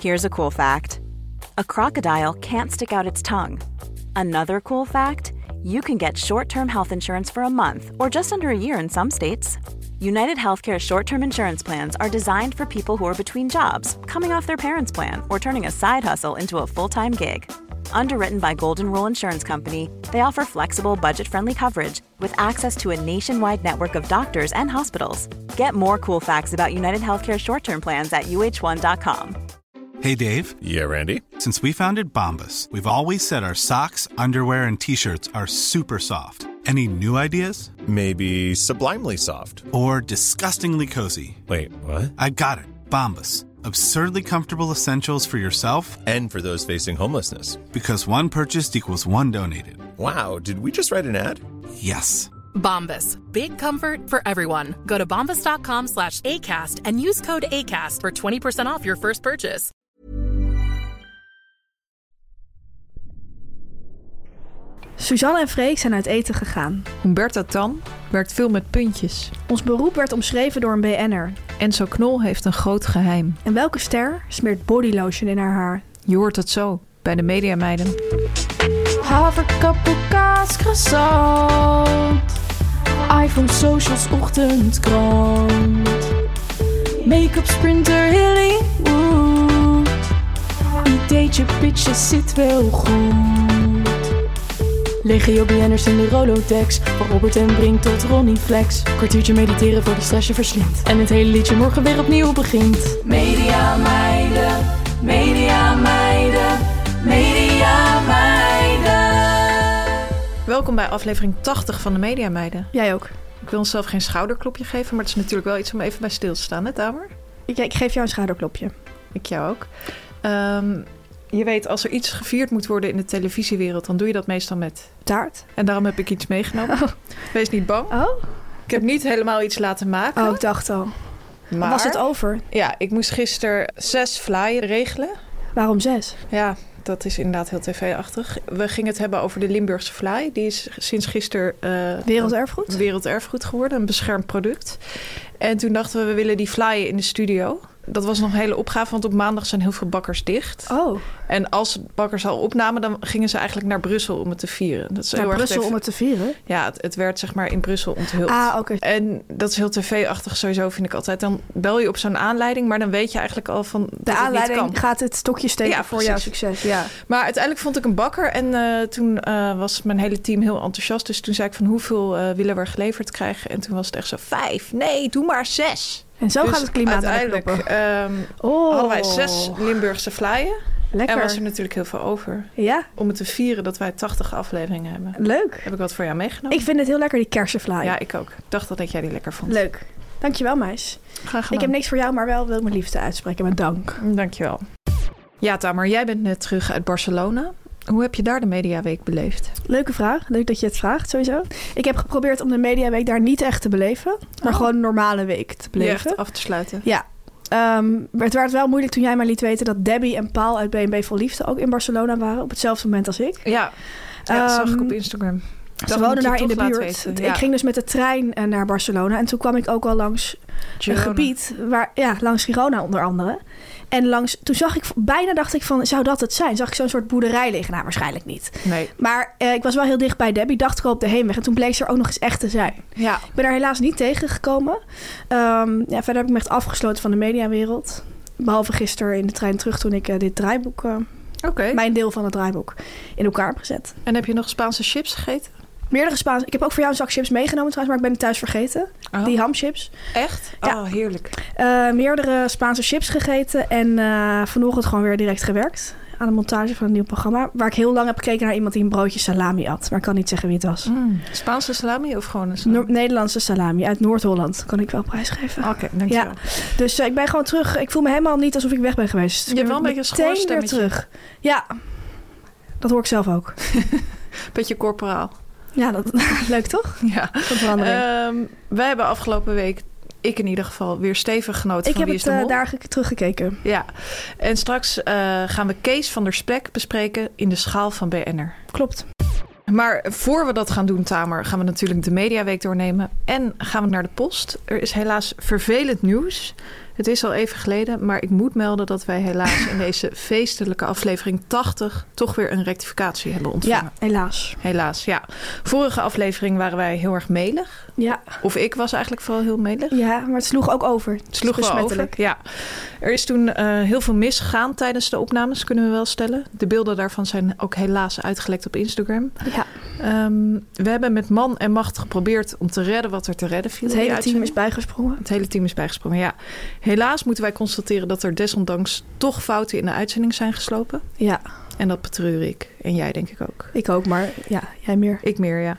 Here's a cool fact. A crocodile can't stick out its tongue. Another cool fact, you can get short-term health insurance for a month or just under a year in some states. United Healthcare short-term insurance plans are designed for people who are between jobs, coming off their parents' plan, or turning a side hustle into a full-time gig. Underwritten by Golden Rule Insurance Company, they offer flexible, budget-friendly coverage with access to a nationwide network of doctors and hospitals. Get more cool facts about United Healthcare short-term plans at uh1.com. Hey, Dave. Yeah, Randy. Since we founded Bombas, we've always said our socks, underwear, and T-shirts are super soft. Any new ideas? Maybe sublimely soft. Or disgustingly cozy. Wait, what? I got it. Bombas. Absurdly comfortable essentials for yourself and for those facing homelessness. Because one purchased equals one donated. Wow, did we just write an ad? Yes. Bombas. Big comfort for everyone. Go to bombas.com/ACAST and use code ACAST for 20% off your first purchase. Suzanne en Freek zijn uit eten gegaan. Humberto Tan werkt veel met puntjes. Ons beroep werd omschreven door een BN'er. Enzo Knol heeft een groot geheim. En welke ster smeert bodylotion in haar haar? Je hoort het zo bij de Mediameiden. Haverkappelkaas, croissant. iPhone, socials, ochtendkrant. Make-up, sprinter, Hollywood. Ideetje, pitjes, zit wel goed. Legio BN'ers in de Rolodex. Van Robert en Brink tot Ronnie Flex. Kwartiertje mediteren voor de stress je verslindt. En het hele liedje morgen weer opnieuw begint. Media meiden, media meiden, media meiden. Welkom bij aflevering 80 van de Mediameiden. Jij ook. Ik wil onszelf geen schouderklopje geven, maar het is natuurlijk wel iets om even bij stil te staan, hè Tamer? Ik geef jou een schouderklopje. Ik jou ook. Je weet, als er iets gevierd moet worden in de televisiewereld, dan doe je dat meestal met taart. En daarom heb ik iets meegenomen. Oh. Wees niet bang. Oh? Ik heb niet helemaal iets laten maken. Oh, ik dacht al. Maar was het over? Ja, ik moest gisteren 6 flyers regelen. Waarom 6? Ja, dat is inderdaad heel tv-achtig. We gingen het hebben over de Limburgse fly. Die is sinds gisteren werelderfgoed? Werelderfgoed geworden, een beschermd product. En toen dachten we willen die flyen in de studio. Dat was nog een hele opgave, want op maandag zijn heel veel bakkers dicht. Oh. En als bakkers al opnamen, dan gingen ze eigenlijk naar Brussel om het te vieren. Dat is naar heel Brussel om het te vieren? Ja, het werd zeg maar in Brussel onthuld. Ah, oké. En dat is heel tv-achtig sowieso, vind ik altijd. Dan bel je op zo'n aanleiding, maar dan weet je eigenlijk al van de aanleiding gaat het stokje steken voor jouw succes. Ja. Maar uiteindelijk vond ik een bakker en toen was mijn hele team heel enthousiast. Dus toen zei ik van hoeveel willen we geleverd krijgen? En toen was het echt zo 5. Nee, doe maar 6. En zo gaat het klimaat uiteindelijk hadden wij 6 Limburgse flyen. Lekker. En was er natuurlijk heel veel over. Ja. Om het te vieren dat wij 80 afleveringen hebben. Leuk. Heb ik wat voor jou meegenomen? Ik vind het heel lekker, die kersenfly. Ja, ik ook. Ik dacht dat jij die lekker vond. Leuk. Dankjewel, meis. Graag gedaan. Ik heb niks voor jou, maar wel wil ik mijn liefde uitspreken met dank. Dankjewel. Ja, Tamer, jij bent net terug uit Barcelona. Hoe heb je daar de Mediaweek beleefd? Leuke vraag. Leuk dat je het vraagt, sowieso. Ik heb geprobeerd om de Mediaweek daar niet echt te beleven. Maar gewoon een normale week te beleven. Echt af te sluiten? Ja. Het werd wel moeilijk toen jij mij liet weten dat Debbie en Paul uit B&B Vol Liefde ook in Barcelona waren. Op hetzelfde moment als ik. Ja, dat zag ik op Instagram. Ze wonen daar in de buurt. Ja. Ik ging dus met de trein naar Barcelona. En toen kwam ik ook al langs een gebied langs Girona onder andere. En toen zag ik, bijna dacht ik van, zou dat het zijn? Zag ik zo'n soort boerderij liggen? Nou, waarschijnlijk niet. Nee. Maar ik was wel heel dicht bij Debbie, dacht ik al op de heenweg. En toen bleek ze er ook nog eens echt te zijn. Ja. Ik ben daar helaas niet tegengekomen. Verder heb ik me echt afgesloten van de mediawereld. Behalve gisteren in de trein terug toen ik dit draaiboek, mijn deel van het draaiboek, in elkaar heb gezet. En heb je nog Spaanse chips gegeten? Meerdere Spaanse. Ik heb ook voor jou een zak chips meegenomen trouwens, maar ik ben het thuis vergeten. Oh. Die hamchips. Echt? Ja. Oh, heerlijk. Meerdere Spaanse chips gegeten en vanochtend gewoon weer direct gewerkt aan de montage van een nieuw programma. Waar ik heel lang heb gekeken naar iemand die een broodje salami at. Maar ik kan niet zeggen wie het was. Spaanse salami of gewoon een salami? Nederlandse salami uit Noord-Holland. Kan ik wel prijsgeven. Oké, dankjewel. Ja. Dus ik ben gewoon terug. Ik voel me helemaal niet alsof ik weg ben geweest. Dus je hebt wel een beetje een schoorstemmetje. Weer terug. Ja, dat hoor ik zelf ook. Beetje corporaal. Ja, dat leuk toch? Ja. Wij hebben afgelopen week, ik in ieder geval, weer stevig genoten van Wie is de Mol. Ik heb het daar teruggekeken. Ja, en straks gaan we Kees van der Spek bespreken in de schaal van BN'er. Klopt. Maar voor we dat gaan doen, Tamer, gaan we natuurlijk de Mediaweek doornemen. En gaan we naar de post. Er is helaas vervelend nieuws. Het is al even geleden, maar ik moet melden dat wij helaas in deze feestelijke aflevering 80 toch weer een rectificatie hebben ontvangen. Ja, helaas. Helaas, ja. Vorige aflevering waren wij heel erg melig. Ja. Of ik was eigenlijk vooral heel melig. Ja, maar het sloeg ook over. Het sloeg wel over, ja. Er is toen heel veel misgegaan tijdens de opnames, kunnen we wel stellen. De beelden daarvan zijn ook helaas uitgelekt op Instagram. Ja. We hebben met man en macht geprobeerd om te redden wat er te redden viel. Het hele team is bijgesprongen. Het hele team is bijgesprongen, ja. Helaas moeten wij constateren dat er desondanks toch fouten in de uitzending zijn geslopen. Ja. En dat betreur ik. En jij denk ik ook. Ik ook, maar ja, jij meer. Ik meer, ja.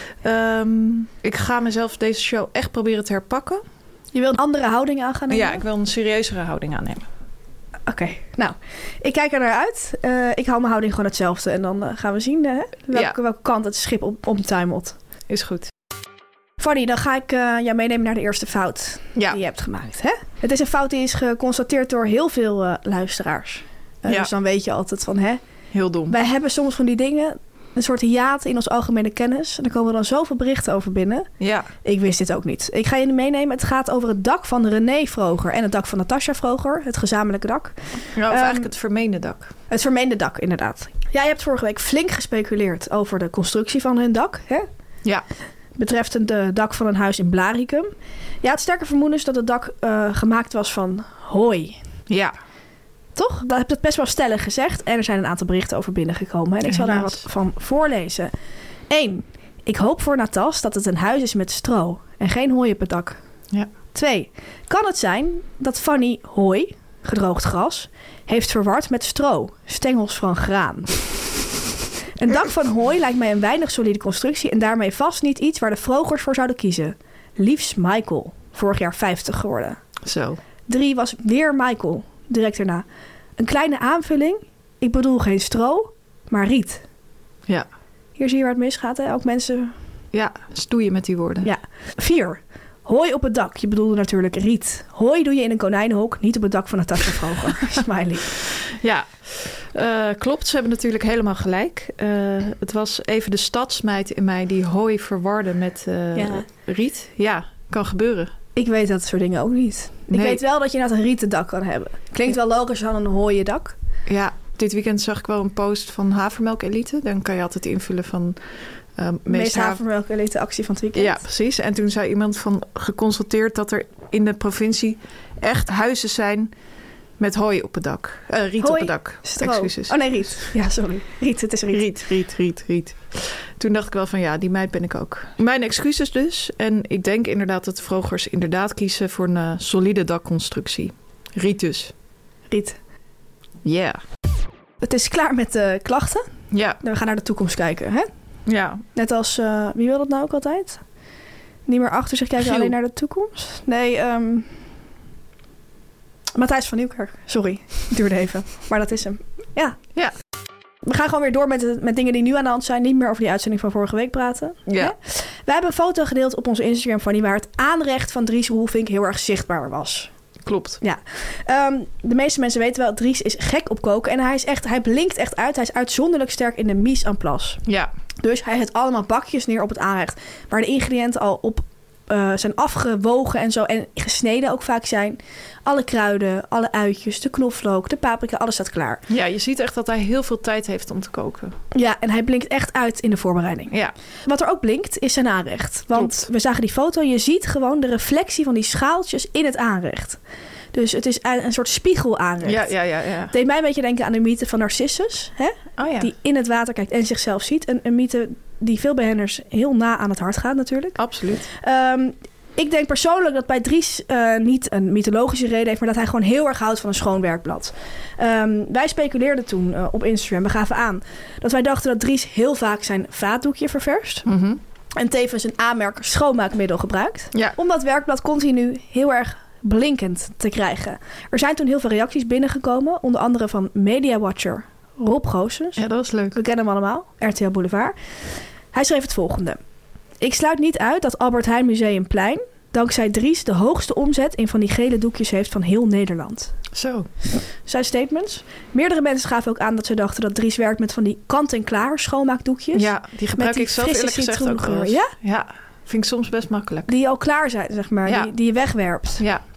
Ik ga mezelf deze show echt proberen te herpakken. Je wil een andere houding aan gaan nemen? Ja, ik wil een serieuzere houding aannemen. Oké, nou, ik kijk er naar uit. Ik hou mijn houding gewoon hetzelfde. En dan gaan we zien welke kant het schip omtuimelt. Is goed. Fanny, dan ga ik jou meenemen naar de eerste fout die je hebt gemaakt. Hè? Het is een fout die is geconstateerd door heel veel luisteraars. Dus dan weet je altijd van, heel dom. Wij hebben soms van die dingen, een soort hiaat in ons algemene kennis. En er komen dan zoveel berichten over binnen. Ja. Ik wist dit ook niet. Ik ga je meenemen. Het gaat over het dak van René Vroger en het dak van Natasja Vroger. Het gezamenlijke dak. Ja, of eigenlijk het vermeende dak. Het vermeende dak, inderdaad. Jij hebt vorige week flink gespeculeerd over de constructie van hun dak. Hè? Ja. Betreffend het dak van een huis in Blaricum. Ja, het sterke vermoeden is dat het dak gemaakt was van hooi. Ja. Toch? Dat heb je best wel stellig gezegd. En er zijn een aantal berichten over binnengekomen. En ik zal daar wat van voorlezen. 1. Ik hoop voor Natas dat het een huis is met stro en geen hooi op het dak. Ja. 2. Kan het zijn dat Fanny hooi, gedroogd gras, heeft verward met stro, stengels van graan? Een dak van hooi lijkt mij een weinig solide constructie en daarmee vast niet iets waar de Vrogers voor zouden kiezen. Liefs Michael, vorig jaar 50 geworden. Zo. 3 was weer Michael, direct daarna. Een kleine aanvulling. Ik bedoel geen stro, maar riet. Ja. Hier zie je waar het misgaat, hè? Ook mensen... Ja, stoeien met die woorden. Ja. 4. Hooi op het dak. Je bedoelde natuurlijk riet. Hooi doe je in een konijnenhok, niet op het dak van Natasja Vroger. Smiley. Ja, klopt. Ze hebben natuurlijk helemaal gelijk. Het was even de stadsmeid in mij die hooi verwarde met riet. Ja, kan gebeuren. Ik weet dat soort dingen ook niet. Nee. Ik weet wel dat je net een rieten dak kan hebben. Klinkt wel logisch dan een hooien dak. Ja, dit weekend zag ik wel een post van Havermelk Elite. Dan kan je altijd invullen van... meest Havermelk Elite actie van het weekend. Ja, precies. En toen zei iemand van geconstateerd dat er in de provincie echt huizen zijn met hooi op het dak. Riet hooi, op het dak. Stro. Excuses. Oh nee, riet. Ja, sorry. Riet, het is riet. Riet. Toen dacht ik wel van ja, die meid ben ik ook. Mijn excuses dus. En ik denk inderdaad dat de Vrogers inderdaad kiezen voor een solide dakconstructie. Riet dus. Riet. Ja. Yeah. Het is klaar met de klachten. Ja. We gaan naar de toekomst kijken, hè? Ja. Net als, wie wil dat nou ook altijd? Niet meer achter zich kijken, alleen naar de toekomst? Nee, Matthijs van Nieuwkerk. Sorry, duurde even. Maar dat is hem. Ja. Ja. We gaan gewoon weer door met dingen die nu aan de hand zijn. Niet meer over die uitzending van vorige week praten. Ja. Hè? We hebben een foto gedeeld op onze Instagram van die waar het aanrecht van Dries Roelvink heel erg zichtbaar was. Klopt. Ja. De meeste mensen weten wel, Dries is gek op koken. En hij blinkt echt uit. Hij is uitzonderlijk sterk in de mise en place. Ja. Dus hij zet allemaal bakjes neer op het aanrecht. Waar de ingrediënten al op zijn afgewogen en zo. En gesneden ook vaak zijn. Alle kruiden, alle uitjes, de knoflook, de paprika, alles staat klaar. Ja, je ziet echt dat hij heel veel tijd heeft om te koken. Ja, en hij blinkt echt uit in de voorbereiding. Ja. Wat er ook blinkt, is zijn aanrecht. Want we zagen die foto. Je ziet gewoon de reflectie van die schaaltjes in het aanrecht. Dus het is een soort spiegel aanrecht. Ja. Het deed mij een beetje denken aan de mythe van Narcissus. Hè? Oh, ja. Die in het water kijkt en zichzelf ziet. Een mythe die veel BN'ers heel na aan het hart gaat natuurlijk. Absoluut. Ik denk persoonlijk dat bij Dries niet een mythologische reden heeft... maar dat hij gewoon heel erg houdt van een schoon werkblad. Wij speculeerden toen op Instagram, we gaven aan... dat wij dachten dat Dries heel vaak zijn vaatdoekje ververst... Mm-hmm. En tevens een aanmerk schoonmaakmiddel gebruikt. Ja. Om dat werkblad continu heel erg blinkend te krijgen. Er zijn toen heel veel reacties binnengekomen. Onder andere van mediawatcher Rob Goossens. Ja, dat was leuk. We kennen hem allemaal. RTL Boulevard. Hij schreef het volgende. Ik sluit niet uit dat Albert Heijn Museumplein... dankzij Dries de hoogste omzet in van die gele doekjes heeft van heel Nederland. Zo. Zijn statements. Meerdere mensen gaven ook aan dat ze dachten dat Dries werkt met van die kant-en-klaar schoonmaakdoekjes. Ja, die gebruik ik zelf eerlijk gezegd ook wel eens. Ja? Ja, vind ik soms best makkelijk. Die al klaar zijn, zeg maar. Ja. Die je wegwerpt. Ja.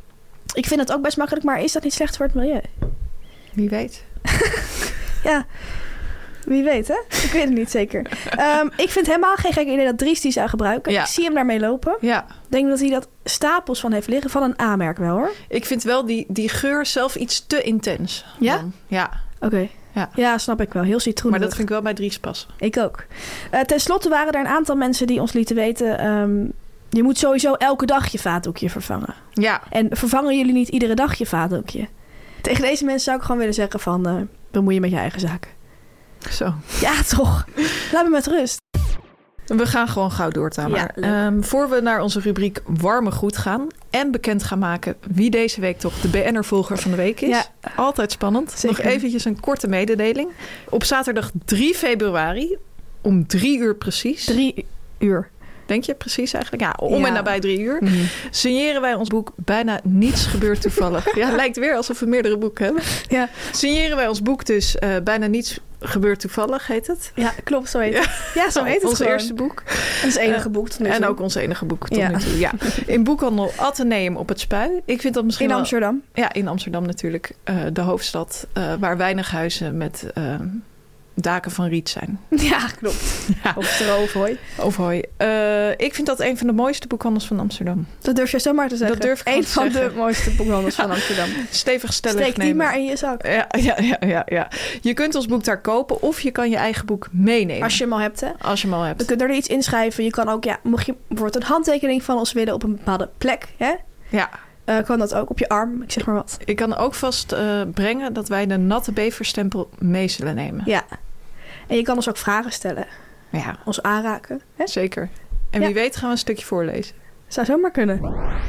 Ik vind het ook best makkelijk, maar is dat niet slecht voor het milieu? Wie weet. Ja, wie weet, hè? Ik weet het niet zeker. Ik vind helemaal geen gek idee dat Dries die zou gebruiken. Ja. Ik zie hem daarmee lopen. Ja. Ik denk dat hij dat stapels van heeft liggen. Van een A-merk wel, hoor. Ik vind wel die geur zelf iets te intens. Ja? Dan. Ja. Oké. Ja, snap ik wel. Heel citroen. Maar dat vind ik wel bij Dries passen. Ik ook. Ten slotte waren er een aantal mensen die ons lieten weten... je moet sowieso elke dag je vaatdoekje vervangen. Ja. En vervangen jullie niet iedere dag je vaatdoekje? Tegen deze mensen zou ik gewoon willen zeggen van... bemoei je met je eigen zaken. Zo. Ja, toch. Laat me met rust. We gaan gewoon gauw door, Tamar. Ja, voor we naar onze rubriek Warme Goed gaan... en bekend gaan maken wie deze week toch de BN'er-volger van de week is. Ja. Altijd spannend. Zeker. Nog eventjes een korte mededeling. Op zaterdag 3 februari, om 3 uur precies... 3 uur. Denk je precies eigenlijk? Ja, om en nabij 3 uur. Mm-hmm. Signeren wij ons boek Bijna Niets Gebeurt Toevallig. Ja, het lijkt weer alsof we meerdere boeken hebben. Ja. Signeren wij ons boek dus Bijna Niets Gebeurt Toevallig, heet het? Ja, klopt, zo heet het. Ja, zo heet het ons gewoon. Eerste boek. Ons enige boek tot nu toe. En ook ons enige boek tot nu toe, ja. In boekhandel Atheneum op het Spui. Ik vind dat misschien in Amsterdam? Ja, in Amsterdam natuurlijk. De hoofdstad waar weinig huizen met... daken van riet zijn. Ja, klopt. Ja. Of stro of hooi. Ik vind dat een van de mooiste boekhandels van Amsterdam. Dat durf je zomaar te zeggen. Dat durf ik een van de mooiste boekhandels van Amsterdam. Stevig stellig nemen. Steek die maar in je zak. Ja. Je kunt ons boek daar kopen of je kan je eigen boek meenemen. Als je hem al hebt, hè? Als je hem al hebt. We kunnen er iets inschrijven. Je kan ook, mocht je bijvoorbeeld een handtekening van ons willen op een bepaalde plek, hè? Ja. Kan dat ook op je arm, ik zeg maar wat. Ik kan ook vast brengen dat wij de natte beverstempel mee zullen nemen. Ja. En je kan ons ook vragen stellen. Ja. Ons aanraken. Hè? Zeker. En wie weet gaan we een stukje voorlezen. Zou zomaar kunnen.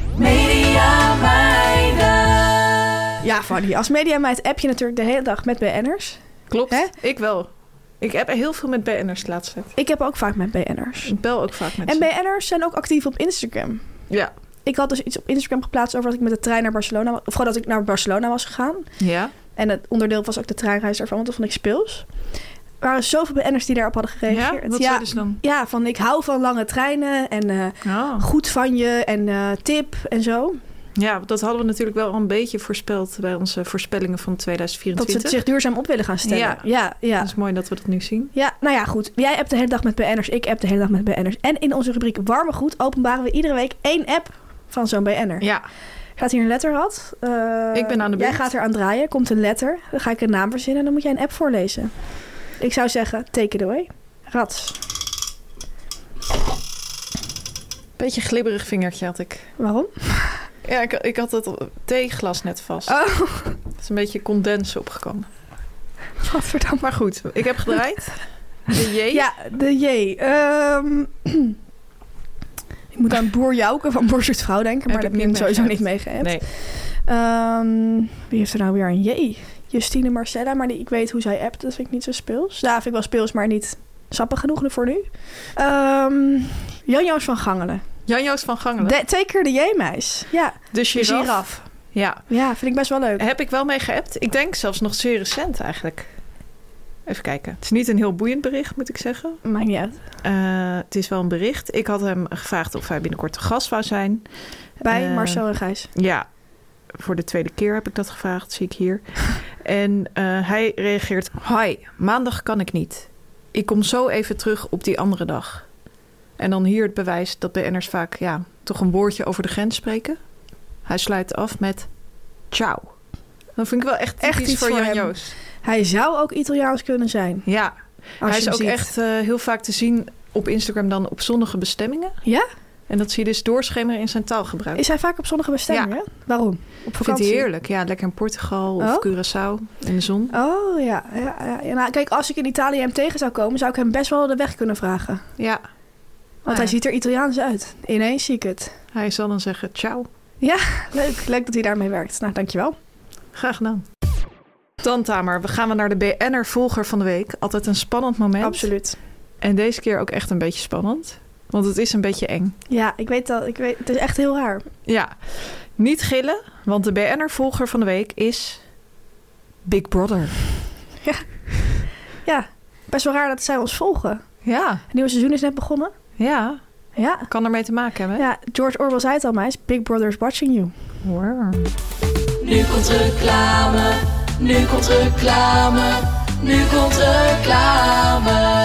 Mediameiden. Ja, Fanny. Als mediameid app je natuurlijk de hele dag met BN'ers. Klopt. Hè? Ik wel. Ik heb heel veel met BN'ers de laatste tijd. Ik heb ook vaak met BN'ers. Ik bel ook vaak met En BN'ers zijn ook actief op Instagram. Ja. Ik had dus iets op Instagram geplaatst over dat ik met de trein naar Barcelona... Of gewoon dat ik naar Barcelona was gegaan. Ja. En het onderdeel was ook de treinreis daarvan, want dat vond ik speels. Er waren zoveel BN'ers die daarop hadden gereageerd. Ja, wat zeiden ze dan? Ja, van ik hou van lange treinen en goed van je en tip en zo. Ja, dat hadden we natuurlijk wel een beetje voorspeld bij onze voorspellingen van 2024. Dat ze het zich duurzaam op willen gaan stellen. Ja. Dat is mooi dat we dat nu zien. Ja, nou ja, goed. Jij appt de hele dag met BN'ers, ik app de hele dag met BN'ers. En in onze rubriek Warme Goed openbaren we iedere week 1 app van zo'n BN'er. Ja. Gaat hier een letterrad. Ik ben aan de beurt. Jij gaat er aan draaien, komt een letter. Dan ga ik een naam verzinnen en dan moet jij een app voorlezen. Ik zou zeggen, take it away. Rats. Beetje glibberig vingertje had ik. Waarom? Ja, ik had het theeglas net vast. Oh. Het is een beetje condens opgekomen. Godverdamme. Maar goed, ik heb gedraaid. De J. Ja, de J. Ik moet aan Boer Jouke van Boer Zoekt Vrouw denken. Maar dat heb ik sowieso niet meegehebt. Nee. Wie heeft er nou weer een J? Justine Marcella, maar ik weet hoe zij appt. Dat vind ik niet zo speels. Ja, vind ik wel speels, maar niet sappig genoeg voor nu. Jan-Joos van Gangelen. Jan-Joos van Gangelen? 2 keer de J-meis. Ja. De giraf. Ja. Ja, vind ik best wel leuk. Heb ik wel mee geappt. Ik denk zelfs nog zeer recent eigenlijk. Even kijken. Het is niet een heel boeiend bericht, moet ik zeggen. Maakt niet uit. Het is wel een bericht. Ik had hem gevraagd of hij binnenkort te gast wou zijn. Bij Marcel en Gijs. Ja. Voor de 2e keer heb ik dat gevraagd, zie ik hier. En hij reageert... Hi, maandag kan ik niet. Ik kom zo even terug op die andere dag. En dan hier het bewijs dat BN'ers vaak toch een woordje over de grens spreken. Hij sluit af met ciao. Dat vind ik wel echt typisch voor Jan-Joos. Hij zou ook Italiaans kunnen zijn. Ja, hij is ook echt heel vaak te zien op Instagram dan op zonnige bestemmingen. Ja? En dat zie je dus doorschemeren in zijn taalgebruik. Is hij vaak op zonnige bestemmingen? Ja. Waarom? Op vakantie? Vindt hij heerlijk. Ja, lekker in Portugal of Curaçao in de zon. Oh, ja. Nou, kijk, als ik in Italië hem tegen zou komen, zou ik hem best wel de weg kunnen vragen. Ja. Want hij ziet er Italiaans uit. Ineens zie ik het. Hij zal dan zeggen ciao. Ja, leuk. Leuk dat hij daarmee werkt. Nou, dankjewel. Graag gedaan. Dan, Tamar, gaan we naar de BN'er-volger van de week. Altijd een spannend moment. Absoluut. En deze keer ook echt een beetje spannend. Want het is een beetje eng. Ja, ik weet dat. Het is echt heel raar. Ja. Niet gillen, want de BN'er-volger van de week is Big Brother. Ja, best wel raar dat zij ons volgen. Ja. Het nieuwe seizoen is net begonnen. Ja. Kan ermee te maken hebben. Ja, George Orwell zei het al, meis. Big Brother is watching you. Wow. Nu komt reclame, nu komt reclame, nu komt reclame.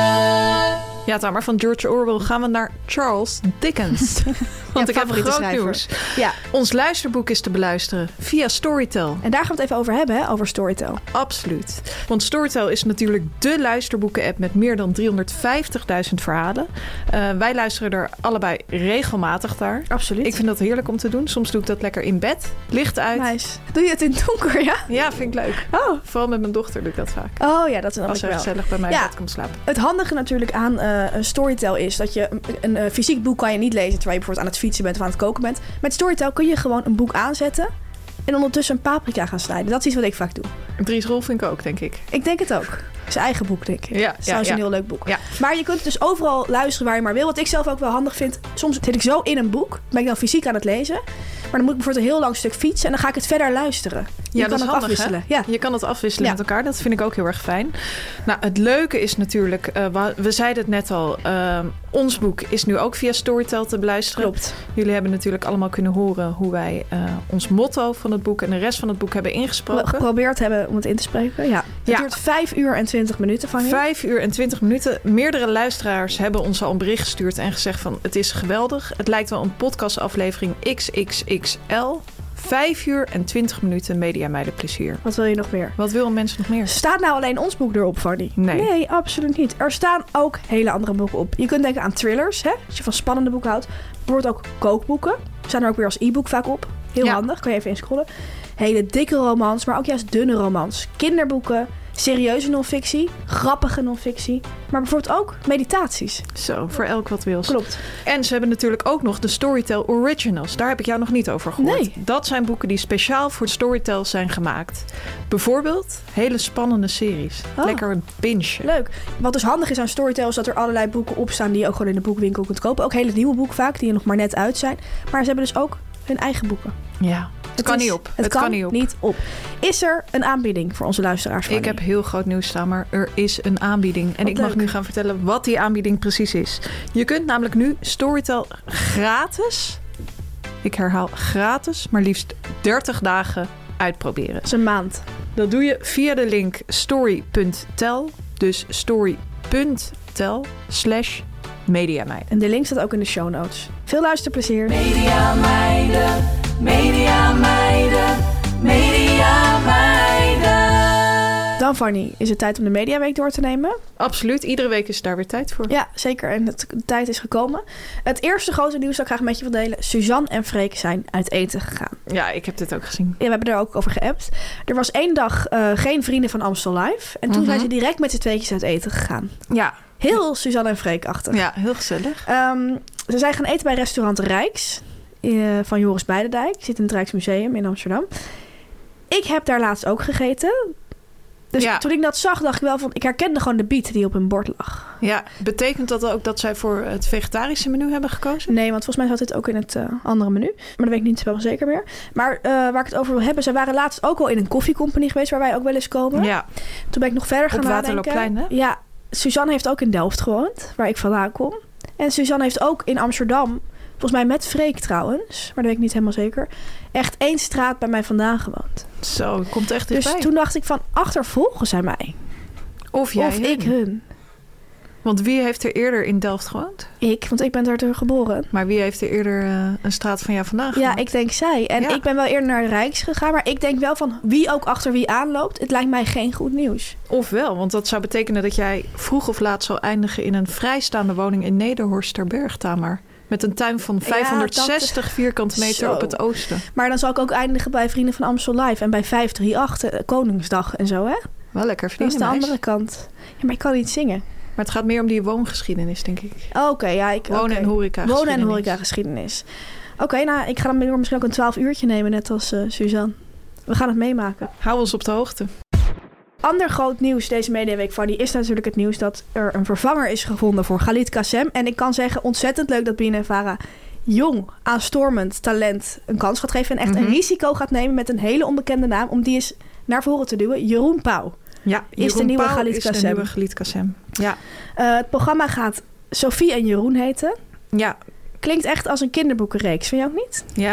Ja, Tamar, van George Orwell gaan we naar Charles Dickens. Want ik heb groot nieuws. Ja. Ons luisterboek is te beluisteren via Storytel. En daar gaan we het even over hebben, hè? Over Storytel. Absoluut. Want Storytel is natuurlijk dé luisterboeken-app met meer dan 350.000 verhalen. Wij luisteren er allebei regelmatig naar. Absoluut. Ik vind dat heerlijk om te doen. Soms doe ik dat lekker in bed. Licht uit. Nice. Doe je het in het donker, ja? Ja, vind ik leuk. Oh. Vooral met mijn dochter doe ik dat vaak. Oh ja, dat is dan Als ze wel. gezellig bij mij in bed komt slapen. Het handige natuurlijk aan een Storytel is dat je een fysiek boek kan je niet lezen terwijl je bijvoorbeeld aan het fietsen bent of aan het koken bent. Met Storytel kun je gewoon een boek aanzetten en ondertussen een paprika gaan snijden. Dat is iets wat ik vaak doe. Dries Rolfink ook, denk ik. Ik denk het ook. Zijn eigen boek, denk ik. Ja, dat is trouwens een heel leuk boek. Ja. Maar je kunt dus overal luisteren waar je maar wil. Wat ik zelf ook wel handig vind. Soms zit ik zo in een boek. Ben ik dan fysiek aan het lezen. Maar dan moet ik bijvoorbeeld een heel lang stuk fietsen. En dan ga ik het verder luisteren. Je Ja, kan dat is het handig, afwisselen. hè? Ja. Je kan het afwisselen Ja. met elkaar. Dat vind ik ook heel erg fijn. Nou, het leuke is natuurlijk... we zeiden het net al. Ons boek is nu ook via Storytel te beluisteren. Klopt. Jullie hebben natuurlijk allemaal kunnen horen... hoe wij ons motto van het boek... en de rest van het boek hebben ingesproken. Geprobeerd hebben om het in te spreken. Ja. Het Ja. duurt 5 uur en 20 minuten van je. 5 uur en 20 minuten. Meerdere luisteraars hebben ons al een bericht gestuurd... en gezegd van het is geweldig. Het lijkt wel een podcastaflevering XXXL. 5 uur en 20 minuten Mediameiden plezier. Wat wil je nog meer? Wat willen mensen nog meer? Staat nou alleen ons boek erop, Fanny? Nee. Nee, absoluut niet. Er staan ook hele andere boeken op. Je kunt denken aan thrillers, hè? Als je van spannende boeken houdt. Bijvoorbeeld ook kookboeken. Staan er ook weer als e-book vaak op. Heel Ja. handig, kan je even inscrollen. Hele dikke romans, maar ook juist dunne romans. Kinderboeken, serieuze non-fictie, grappige non-fictie. Maar bijvoorbeeld ook meditaties. Zo, voor elk wat wils. Klopt. En ze hebben natuurlijk ook nog de Storytel Originals. Daar heb ik jou nog niet over gehoord. Nee. Dat zijn boeken die speciaal voor Storytel zijn gemaakt. Bijvoorbeeld hele spannende series. Oh. Lekker een binge. Leuk. Wat dus handig is aan Storytel is dat er allerlei boeken op staan die je ook gewoon in de boekwinkel kunt kopen. Ook hele nieuwe boeken vaak, die er nog maar net uit zijn. Maar ze hebben dus ook hun eigen boeken. Ja, het kan niet op. Het kan niet op. Is er een aanbieding voor onze luisteraars? Ik heb heel groot nieuws staan, maar er is een aanbieding. En Wat ik mag leuk. nu gaan vertellen wat die aanbieding precies is. Je kunt namelijk nu Storytel gratis, ik herhaal gratis, maar liefst 30 dagen uitproberen. Dat is een maand. Dat doe je via de link story.tel. Dus story.tel/mediameiden. En de link staat ook in de show notes. Veel luisterplezier. Mediameiden, Mediameiden, Mediameiden. Dan, Fanny, is het tijd om de Mediaweek door te nemen? Absoluut, iedere week is daar weer tijd voor. Ja, zeker. En de tijd is gekomen. Het eerste grote nieuws dat ik graag met je wil delen. Suzanne en Freek zijn uit eten gegaan. Ja, ik heb dit ook gezien. Ja, we hebben er ook over geappt. Er was 1 dag geen vrienden van Amstel Live. En toen zijn ze direct met z'n tweetjes uit eten gegaan. Ja, Heel Suzanne en Freek-achtig. ja, heel gezellig. Ze zijn gaan eten bij restaurant Rijks. Van Joris Beidendijk. Zit in het Rijksmuseum in Amsterdam. Ik heb daar laatst ook gegeten. Dus Ja. toen ik dat zag, dacht ik wel van... Ik herkende gewoon de biet die op hun bord lag. Ja, betekent dat ook dat zij voor het vegetarische menu hebben gekozen? Nee, want volgens mij zat dit ook in het andere menu. Maar dat weet ik niet wel zeker meer. Maar waar ik het over wil hebben... Zij waren laatst ook al in een koffiecompagnie geweest... waar wij ook wel eens komen. Ja, Toen ben ik nog verder gaan op nadenken. Waterloopplein, hè? Ja, Suzanne heeft ook in Delft gewoond, waar ik vandaan kom. En Suzanne heeft ook in Amsterdam, volgens mij met Freek trouwens, maar dat weet ik niet helemaal zeker, echt 1 straat bij mij vandaan gewoond. Zo, het komt echt Dus dichtbij. toen dacht ik van, achtervolgen zij mij? Of jij Of hun. ik hun? Want wie heeft er eerder in Delft gewoond? Ik, want ik ben daar geboren. Maar wie heeft er eerder een straat van jou vandaan gewoond? Ja, ik denk zij. En Ja. ik ben wel eerder naar de Rijks gegaan, maar ik denk wel van wie ook achter wie aanloopt. Het lijkt mij geen goed nieuws. Ofwel, want dat zou betekenen dat jij vroeg of laat zal eindigen in een vrijstaande woning in Nederhorsterberg, Tamar. Met een tuin van 560 vierkante meter Zo. op het oosten. Maar dan zal ik ook eindigen bij Vrienden van Amstel Live en bij 538 Koningsdag en zo, hè? Wel lekker Dat is verdienen, de meis. andere kant. Ja, maar ik kan niet zingen. Maar het gaat meer om die woongeschiedenis, denk ik. Oké, ja. Wonen en horeca Wonen en horeca-geschiedenis. Oké, nou, ik ga dan misschien ook een 12 uurtje nemen, net als Suzanne. We gaan het meemaken. Hou ons op de hoogte. Ander groot nieuws deze Mediaweek, Fanny, is natuurlijk het nieuws dat er een vervanger is gevonden voor Khalid Kassem. En ik kan zeggen, ontzettend leuk dat BNNVARA jong, aanstormend talent een kans gaat geven. En echt een risico gaat nemen met een hele onbekende naam, om die eens naar voren te duwen. Jeroen Pauw. Ja, Is de nieuwe Pauw Khalid is de Kassem. nieuwe Khalid Kassem. Ja. Het programma gaat Sophie en Jeroen heten. Ja, Klinkt echt als een kinderboekenreeks, vind je ook niet? ja.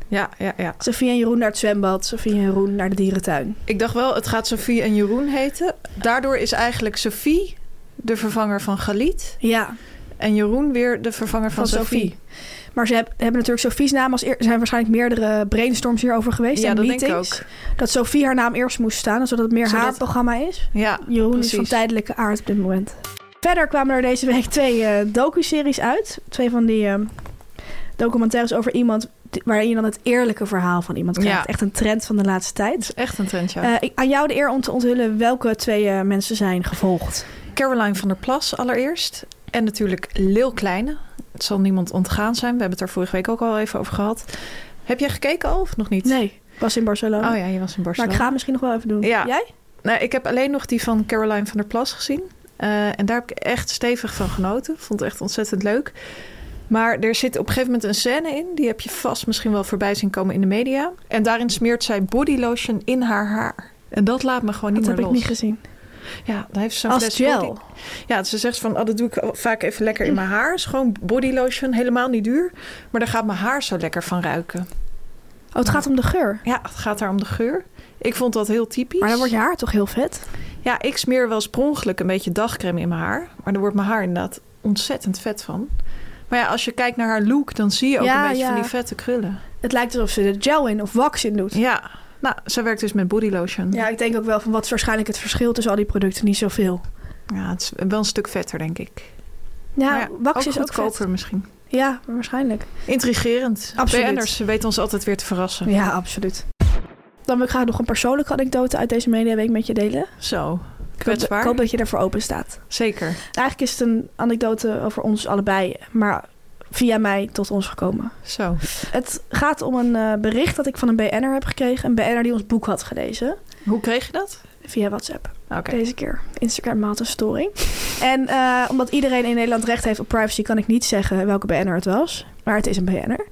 Ja. Sophie en Jeroen naar het zwembad. Sophie en Jeroen naar de dierentuin. Ik dacht wel, het gaat Sophie en Jeroen heten. Daardoor is eigenlijk Sophie de vervanger van Galit. Ja. En Jeroen weer de vervanger van Sophie. Maar ze hebben natuurlijk Sophie's naam er zijn waarschijnlijk meerdere brainstorms hierover geweest. Ja, en dat meetings. denk ik ook. Dat Sophie haar naam eerst moest staan, zodat het meer haar programma is. Ja, Jeroen precies. is van tijdelijke aard op dit moment. Verder kwamen er deze week 2 docuseries uit. 2 van die documentaires over iemand waarin je dan het eerlijke verhaal van iemand krijgt. Ja. Echt een trend van de laatste tijd. Dat is echt een trend, ja. Aan jou de eer om te onthullen welke 2 mensen zijn gevolgd. Caroline van der Plas allereerst. En natuurlijk Lil Kleine. Het zal niemand ontgaan zijn. We hebben het er vorige week ook al even over gehad. Heb jij gekeken al of nog niet? Nee, ik was in Barcelona. Oh ja, je was in Barcelona. Maar ik ga het misschien nog wel even doen. Ja. Jij? Nou, ik heb alleen nog die van Caroline van der Plas gezien. En daar heb ik echt stevig van genoten. Vond het echt ontzettend leuk. Maar er zit op een gegeven moment een scène in. Die heb je vast misschien wel voorbij zien komen in de media. En daarin smeert zij bodylotion in haar haar. En dat laat me gewoon niet meer los. Dat heb ik niet gezien. Ja, dan heeft ze zo'n Als fles gel? body. Ja, ze zegt van, dat doe ik vaak even lekker in mijn haar. Het is gewoon bodylotion, helemaal niet duur. Maar daar gaat mijn haar zo lekker van ruiken. Oh, het gaat om de geur. Ja, het gaat daar om de geur. Ik vond dat heel typisch. Maar dan wordt je haar toch heel vet? Ja, ik smeer wel eens per ongeluk een beetje dagcreme in mijn haar. Maar dan wordt mijn haar inderdaad ontzettend vet van. Maar ja, als je kijkt naar haar look, dan zie je ook een beetje van die vette krullen. Het lijkt alsof ze er gel in of wax in doet. Ja, nou, zij werkt dus met bodylotion. Ja, ik denk ook wel van wat is waarschijnlijk het verschil tussen al die producten. Niet zoveel. Ja, het is wel een stuk vetter, denk ik. Ja, Maar wax is ook goedkoper vet. misschien. Ja, waarschijnlijk. Intrigerend. Absoluut. BN'ers weten ons altijd weer te verrassen. Ja, absoluut. Dan wil ik graag nog een persoonlijke anekdote uit deze mediaweek met je delen. Zo, Ik kwetsbaar. hoop dat je ervoor open staat. Zeker. Eigenlijk is het een anekdote over ons allebei, maar via mij tot ons gekomen. Zo. Het gaat om een bericht dat ik van een BN'er heb gekregen. Een BN'er die ons boek had gelezen. Hoe kreeg je dat? Via WhatsApp. Oké. Deze keer. Instagram had een story. En omdat iedereen in Nederland recht heeft op privacy, kan ik niet zeggen welke BN'er het was. Maar het is een BN'er.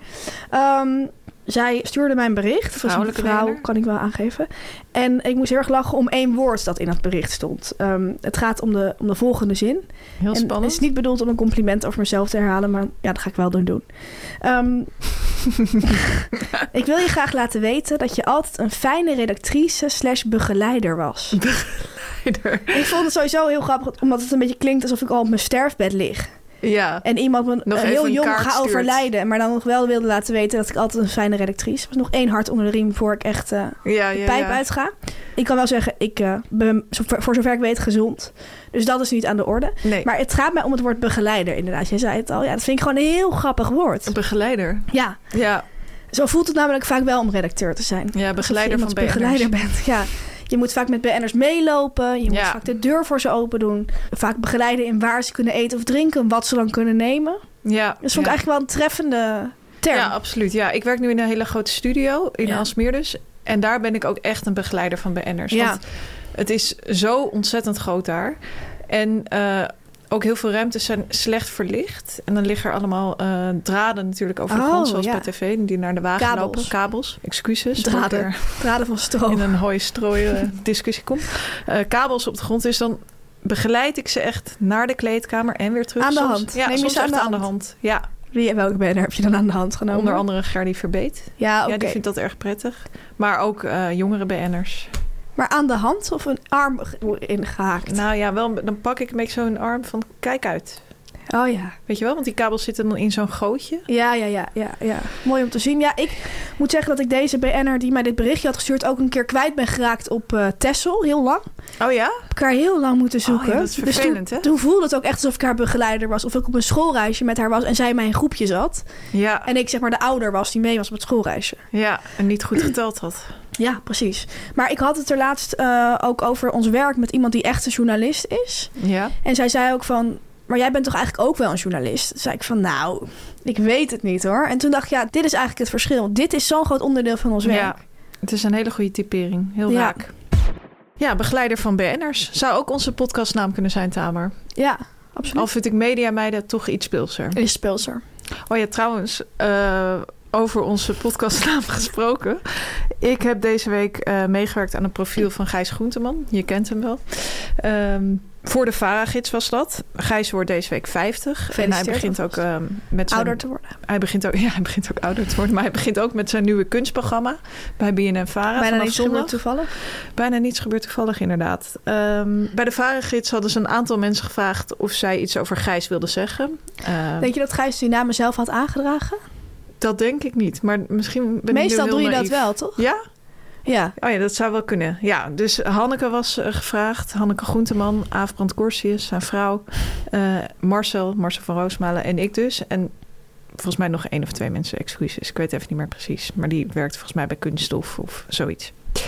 Zij stuurde mij een bericht. Vrouwelijke vrouw, BN'er? kan ik wel aangeven. En ik moest heel erg lachen om 1 woord dat in het bericht stond. Het gaat om de volgende zin. Heel En spannend. het is niet bedoeld om een compliment over mezelf te herhalen, maar ja, dat ga ik wel doen. Ik wil je graag laten weten dat je altijd een fijne redactrice/begeleider was. Ik vond het sowieso heel grappig, omdat het een beetje klinkt alsof ik al op mijn sterfbed lig. Ja. En iemand me Nog even heel een jong kaart ga stuurt. overlijden. Maar dan nog wel wilde laten weten dat ik altijd een fijne redactrice was. Nog 1 hart onder de riem voor ik echt de pijp uitga. Ik kan wel zeggen, ik ben voor zover ik weet gezond. Dus dat is niet aan de orde. Nee. Maar het gaat mij om het woord begeleider inderdaad. Jij zei het al. Ja, dat vind ik gewoon een heel grappig woord. Een begeleider. Ja. Ja. Zo voelt het namelijk vaak wel om redacteur te zijn. Ja, begeleider Alsof je van iemands BN'ers. begeleider bent. Ja. Je moet vaak met BN'ers meelopen. Je moet Ja. vaak de deur voor ze open doen. Vaak begeleiden in waar ze kunnen eten of drinken. Wat ze dan kunnen nemen. Ja. Dat vond ik eigenlijk wel een treffende term. Ja, absoluut. Ja, ik werk nu in een hele grote studio in Aalsmeer dus. En daar ben ik ook echt een begeleider van BN'ers. Ja. Want het is zo ontzettend groot daar. En ook heel veel ruimtes zijn slecht verlicht. En dan liggen er allemaal draden natuurlijk over de grond, zoals bij tv. Die naar de wagen lopen. Kabels. Excuses. Draden van stro. In een hooi-strooi discussie komt. Kabels op de grond. Dus dan begeleid ik ze echt naar de kleedkamer en weer terug. Aan de soms, hand. Ja, Neem je soms ze aan echt de aan de hand? hand. Ja. Welke BN'er heb je dan aan de hand genomen? Onder andere Gerdy Verbeet. Ja, oké. Ja, die vindt dat erg prettig. Maar ook jongere BN'ers. Maar aan de hand of een arm ingehaakt? Nou ja, wel, dan pak ik een beetje zo'n arm van kijk uit. Oh ja. Weet je wel, want die kabels zitten dan in zo'n gootje. Ja. Mooi om te zien. Ja, ik moet zeggen dat ik deze BN'er die mij dit berichtje had gestuurd ook een keer kwijt ben geraakt op Texel. Heel lang. Oh ja? Ik heb haar heel lang moeten zoeken. Oh ja, dat is vervelend, dus hè? toen voelde het ook echt alsof ik haar begeleider was. Of ik op een schoolreisje met haar was en zij in mijn groepje zat. Ja. En ik zeg maar de ouder was die mee was op het schoolreisje. Ja, en niet goed geteld had. Ja, precies. Maar ik had het er laatst ook over ons werk met iemand die echt een journalist is. Ja. En zij zei ook van, maar jij bent toch eigenlijk ook wel een journalist? Toen zei ik van, nou, ik weet het niet hoor. En toen dacht ik, ja, dit is eigenlijk het verschil. Dit is zo'n groot onderdeel van ons werk. Ja, het is een hele goede typering. Heel raak. Ja, begeleider van BN'ers. Zou ook onze podcastnaam kunnen zijn, Tamer. Ja, absoluut. Al vind ik Mediameiden toch iets speelser. Is speelser. Oh ja, trouwens, over onze podcastnaam gesproken. Ik heb deze week meegewerkt aan een profiel van Gijs Groenteman. Je kent hem wel. Voor de VARA-gids was dat. Gijs wordt deze week 50. En hij begint ook met zijn... ouder te worden. Hij begint ook ouder te worden. Maar hij begint ook met zijn nieuwe kunstprogramma bij BNN-VARA. Bijna niets gebeurt toevallig. Bijna niets gebeurt toevallig, inderdaad. Bij de VARA-gids hadden ze een aantal mensen gevraagd of zij iets over Gijs wilden zeggen. Denk je dat Gijs die naam zelf had aangedragen? Dat denk ik niet. Maar misschien ben meestal ik heel doe je naïef. Dat wel, toch? Ja? Ja. Oh ja, dat zou wel kunnen. Ja, dus Hanneke was gevraagd. Hanneke Groenteman, Aafbrand Corsius, zijn vrouw. Marcel van Roosmalen en ik dus. En volgens mij nog 1 of 2 mensen, excuses. Ik weet even niet meer precies. Maar die werkte volgens mij bij Kunststof of zoiets.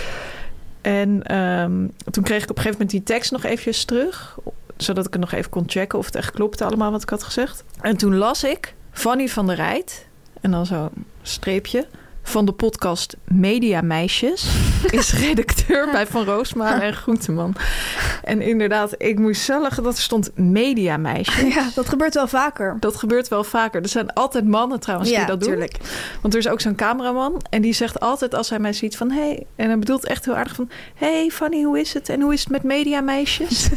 En toen kreeg ik op een gegeven moment die tekst nog eventjes terug. Zodat ik het nog even kon checken of het echt klopte allemaal wat ik had gezegd. En toen las ik Fanny van der Rijt. En dan zo'n streepje. Van de podcast Media Meisjes. Is redacteur bij Van Roosmalen en Groenteman. En inderdaad, ik moest zo lachen dat er stond Media Meisjes. Ja, dat gebeurt wel vaker. Dat gebeurt wel vaker. Er zijn altijd mannen trouwens die dat doen. Tuurlijk. Want er is ook zo'n cameraman. En die zegt altijd als hij mij ziet van... Hey, en hij bedoelt echt heel aardig van... Hey Fanny, hoe is het? En hoe is het met Media Meisjes?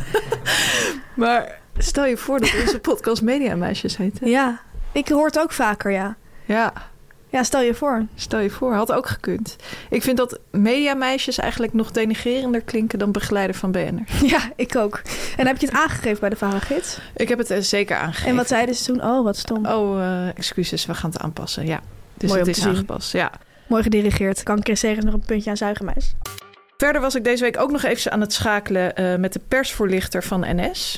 Maar stel je voor dat onze podcast Media Meisjes heet. Hè? Ja, ik hoor het ook vaker, ja. Ja. Ja, stel je voor. Stel je voor, had ook gekund. Ik vind dat mediameisjes eigenlijk nog denigrerender klinken dan begeleider van BN'er. Ja, ik ook. En heb je het aangegeven bij de VARA-gids? Ik heb het zeker aangegeven. En wat zeiden ze toen? Oh, wat stom. Excuses, we gaan het aanpassen. Ja, dus mooi het is aangepast. Ja. Mooi gedirigeerd. Kan Chris Segers nog een puntje aan zuigen, meis? Verder was ik deze week ook nog even aan het schakelen met de persvoorlichter van NS.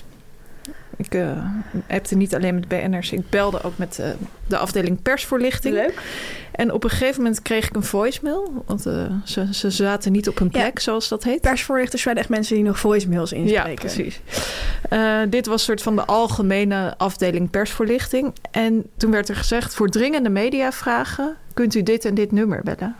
Ik appte niet alleen met BN'ers. Ik belde ook met de afdeling persvoorlichting. Leuk. En op een gegeven moment kreeg ik een voicemail. Want ze zaten niet op hun plek, zoals dat heet. Persvoorlichters zijn echt mensen die nog voicemails inspreken. Ja, precies. Dit was een soort van de algemene afdeling persvoorlichting. En toen werd er gezegd... voor dringende mediavragen kunt u dit en dit nummer bellen.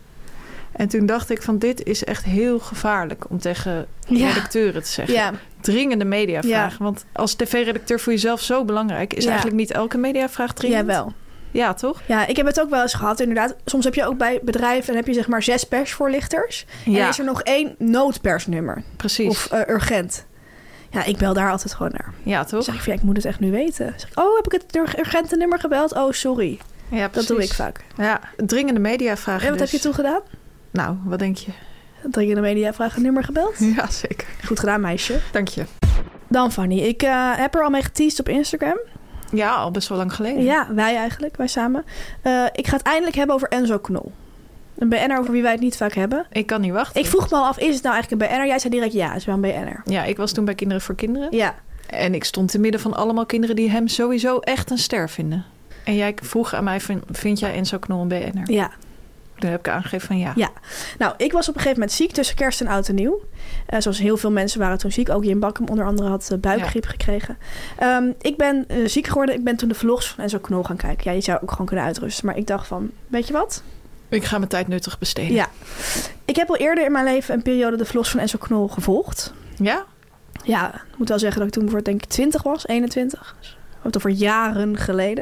En toen dacht ik van dit is echt heel gevaarlijk om tegen redacteuren te zeggen. Ja. Dringende mediavragen. Ja. Want als tv-redacteur voor jezelf zo belangrijk... is eigenlijk niet elke mediavraag dringend. Ja, wel. Ja, toch? Ja, ik heb het ook wel eens gehad, inderdaad. Soms heb je ook bij bedrijven... en heb je zeg maar 6 persvoorlichters. En dan is er nog 1 noodpersnummer. Precies. Of urgent. Ja, ik bel daar altijd gewoon naar. Ja, toch? Dan zeg ik van, ik moet het echt nu weten. Dan zeg ik, heb ik het urgente nummer gebeld? Oh, sorry. Ja, precies. Dat doe ik vaak. Ja, dringende mediavragen. En wat heb je toen gedaan? Nou, wat denk je? Dringende mediavragen nummer gebeld? Ja, zeker. Goed gedaan, meisje. Dank je. Dan Fanny, ik heb er al mee geteased op Instagram. Ja, al best wel lang geleden. Ja, wij samen. Ik ga het eindelijk hebben over Enzo Knol. Een BN'er over wie wij het niet vaak hebben. Ik kan niet wachten. Ik vroeg me al af, is het nou eigenlijk een BN'er? Jij zei direct ja, het is wel een BN'er. Ja, ik was toen bij Kinderen voor Kinderen. Ja. En ik stond te midden van allemaal kinderen die hem sowieso echt een ster vinden. En jij vroeg aan mij, vind jij Enzo Knol een BN'er? Ja. Daar heb ik aangegeven van ja. Ja. Nou, ik was op een gegeven moment ziek tussen kerst en oud en nieuw. Zoals heel veel mensen waren toen ziek. Ook Jim Bakkum onder andere had buikgriep gekregen. Ik ben ziek geworden. Ik ben toen de vlogs van Enzo Knol gaan kijken. Ja, je zou ook gewoon kunnen uitrusten. Maar ik dacht van, weet je wat? Ik ga mijn tijd nuttig besteden. Ja. Ik heb al eerder in mijn leven een periode de vlogs van Enzo Knol gevolgd. Ja? Ja, ik moet wel zeggen dat ik toen voor denk ik 20 was. 21. Dus, wat over jaren geleden.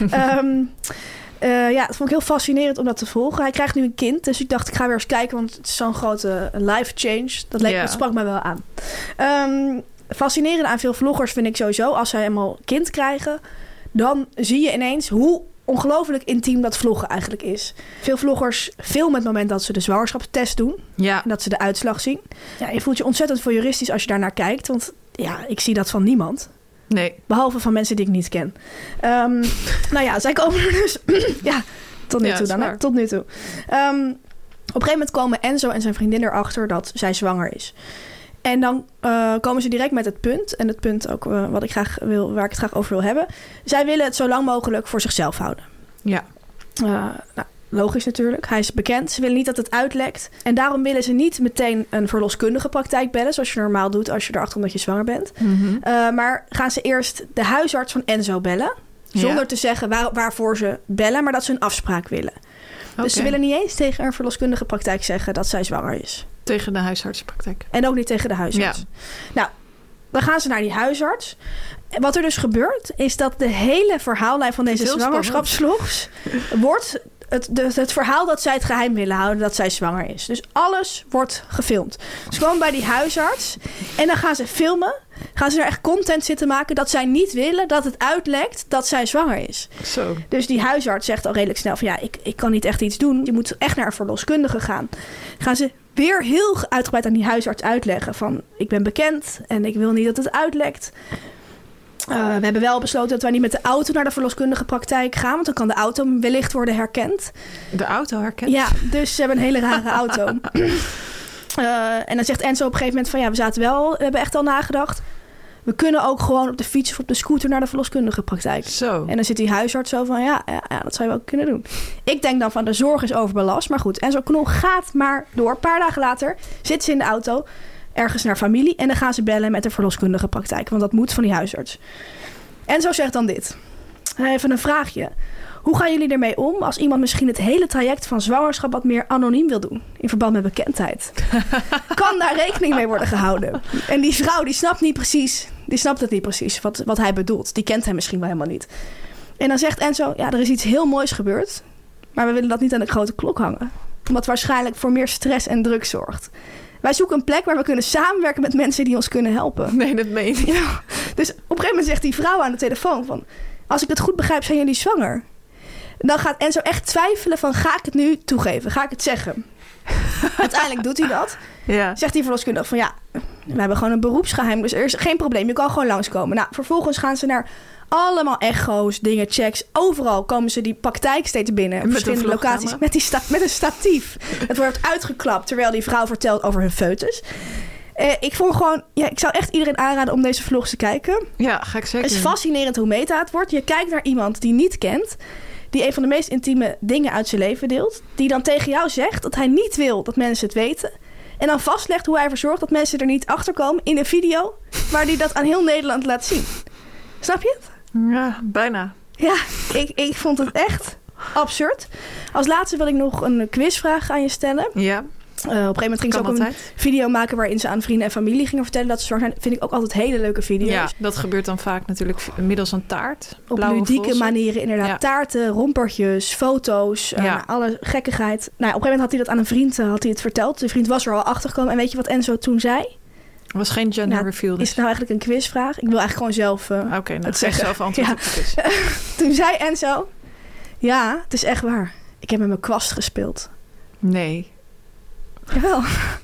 Ja, het vond ik heel fascinerend om dat te volgen. Hij krijgt nu een kind, dus ik dacht ik ga weer eens kijken, want het is zo'n grote life change. Dat sprak mij wel aan. Fascinerend aan veel vloggers vind ik sowieso, als zij eenmaal kind krijgen, dan zie je ineens hoe ongelooflijk intiem dat vloggen eigenlijk is. Veel vloggers filmen het moment dat ze de zwangerschapstest doen. Ja. En dat ze de uitslag zien. Ja, je voelt je ontzettend voyeuristisch als je daarnaar kijkt, want ja, ik zie dat van niemand. Nee. Behalve van mensen die ik niet ken. Nou ja, zij komen er dus... ja, tot nu toe dan. Tot nu toe. Op een gegeven moment komen Enzo en zijn vriendin erachter dat zij zwanger is. En dan komen ze direct met het punt. En het punt ook waar ik het graag over wil hebben. Zij willen het zo lang mogelijk voor zichzelf houden. Ja. Nou, logisch natuurlijk. Hij is bekend. Ze willen niet dat het uitlekt. En daarom willen ze niet meteen een verloskundige praktijk bellen, zoals je normaal doet als je erachter komt dat je zwanger bent. Mm-hmm. Maar gaan ze eerst de huisarts van Enzo bellen. Zonder te zeggen waarvoor ze bellen, maar dat ze een afspraak willen. Okay. Dus ze willen niet eens tegen een verloskundige praktijk zeggen dat zij zwanger is. Tegen de huisartsenpraktijk. En ook niet tegen de huisarts. Ja. Nou, dan gaan ze naar die huisarts. wat er dus gebeurt, is dat de hele verhaallijn van deze zwangerschapsvlogs wordt het verhaal dat zij het geheim willen houden, dat zij zwanger is. Dus alles wordt gefilmd. Ze komen bij die huisarts en dan gaan ze filmen. Gaan ze er echt content zitten maken dat zij niet willen dat het uitlekt dat zij zwanger is. Zo. Dus die huisarts zegt al redelijk snel van ik kan niet echt iets doen. Je moet echt naar een verloskundige gaan. Gaan ze weer heel uitgebreid aan die huisarts uitleggen van ik ben bekend en ik wil niet dat het uitlekt. We hebben wel besloten dat wij niet met de auto naar de verloskundige praktijk gaan. Want dan kan de auto wellicht worden herkend. De auto herkend? Ja, dus ze hebben een hele rare auto. En dan zegt Enzo op een gegeven moment van we hebben echt al nagedacht. We kunnen ook gewoon op de fiets of op de scooter naar de verloskundige praktijk. Zo. En dan zit die huisarts zo van ja, dat zou je wel kunnen doen. Ik denk dan van de zorg is overbelast. Maar goed, Enzo Knol gaat maar door. Een paar dagen later zit ze in de auto ergens naar familie. En dan gaan ze bellen met de verloskundige praktijk. Want dat moet van die huisarts. Enzo zegt dan dit. Even een vraagje. Hoe gaan jullie ermee om als iemand misschien het hele traject van zwangerschap wat meer anoniem wil doen? In verband met bekendheid. Kan daar rekening mee worden gehouden? En die vrouw die snapt het niet precies wat hij bedoelt. Die kent hem misschien wel helemaal niet. En dan zegt Enzo, er is iets heel moois gebeurd. Maar we willen dat niet aan de grote klok hangen. Omdat waarschijnlijk voor meer stress en druk zorgt. Wij zoeken een plek waar we kunnen samenwerken met mensen die ons kunnen helpen. Nee, dat meen je niet. Ja. Dus op een gegeven moment zegt die vrouw aan de telefoon van, als ik het goed begrijp, zijn jullie zwanger? Dan gaat Enzo echt twijfelen van, ga ik het nu toegeven? Ga ik het zeggen? Uiteindelijk doet hij dat. Ja. Zegt die verloskundige van, we hebben gewoon een beroepsgeheim, dus er is geen probleem. Je kan gewoon langskomen. Nou, vervolgens gaan ze naar allemaal echo's, dingen, checks. Overal komen ze die praktijk steeds binnen. Op verschillende locaties. Met een statief. Het wordt uitgeklapt terwijl die vrouw vertelt over hun foetus. Ik vond gewoon, ik zou echt iedereen aanraden om deze vlogs te kijken. Ja, ga ik zeker. Het is fascinerend hoe meta het wordt. Je kijkt naar iemand die niet kent, die een van de meest intieme dingen uit zijn leven deelt, die dan tegen jou zegt dat hij niet wil dat mensen het weten. En dan vastlegt hoe hij ervoor zorgt dat mensen er niet achter komen in een video waar hij dat aan heel Nederland laat zien. Snap je het? Ja, bijna. Ja, ik vond het echt absurd. Als laatste wil ik nog een quizvraag aan je stellen. Ja. Op een gegeven moment ging ze ook een video maken waarin ze aan vrienden en familie gingen vertellen dat ze zwanger zijn. Vind ik ook altijd hele leuke video's. Ja, dat gebeurt dan vaak natuurlijk middels een taart. Op ludieke manieren inderdaad. Ja. Taarten, rompertjes, foto's, alle gekkigheid. Nou, op een gegeven moment had hij dat aan een vriend het verteld. De vriend was er al achter gekomen. En weet je wat Enzo toen zei? Het was geen gender reveal. Dus. Is het nou eigenlijk een quizvraag? Ik wil eigenlijk gewoon zelf Oké, nou zeg zelf antwoord op de quiz. Toen zei Enzo, ja, het is echt waar. Ik heb met mijn kwast gespeeld. Nee. Jawel.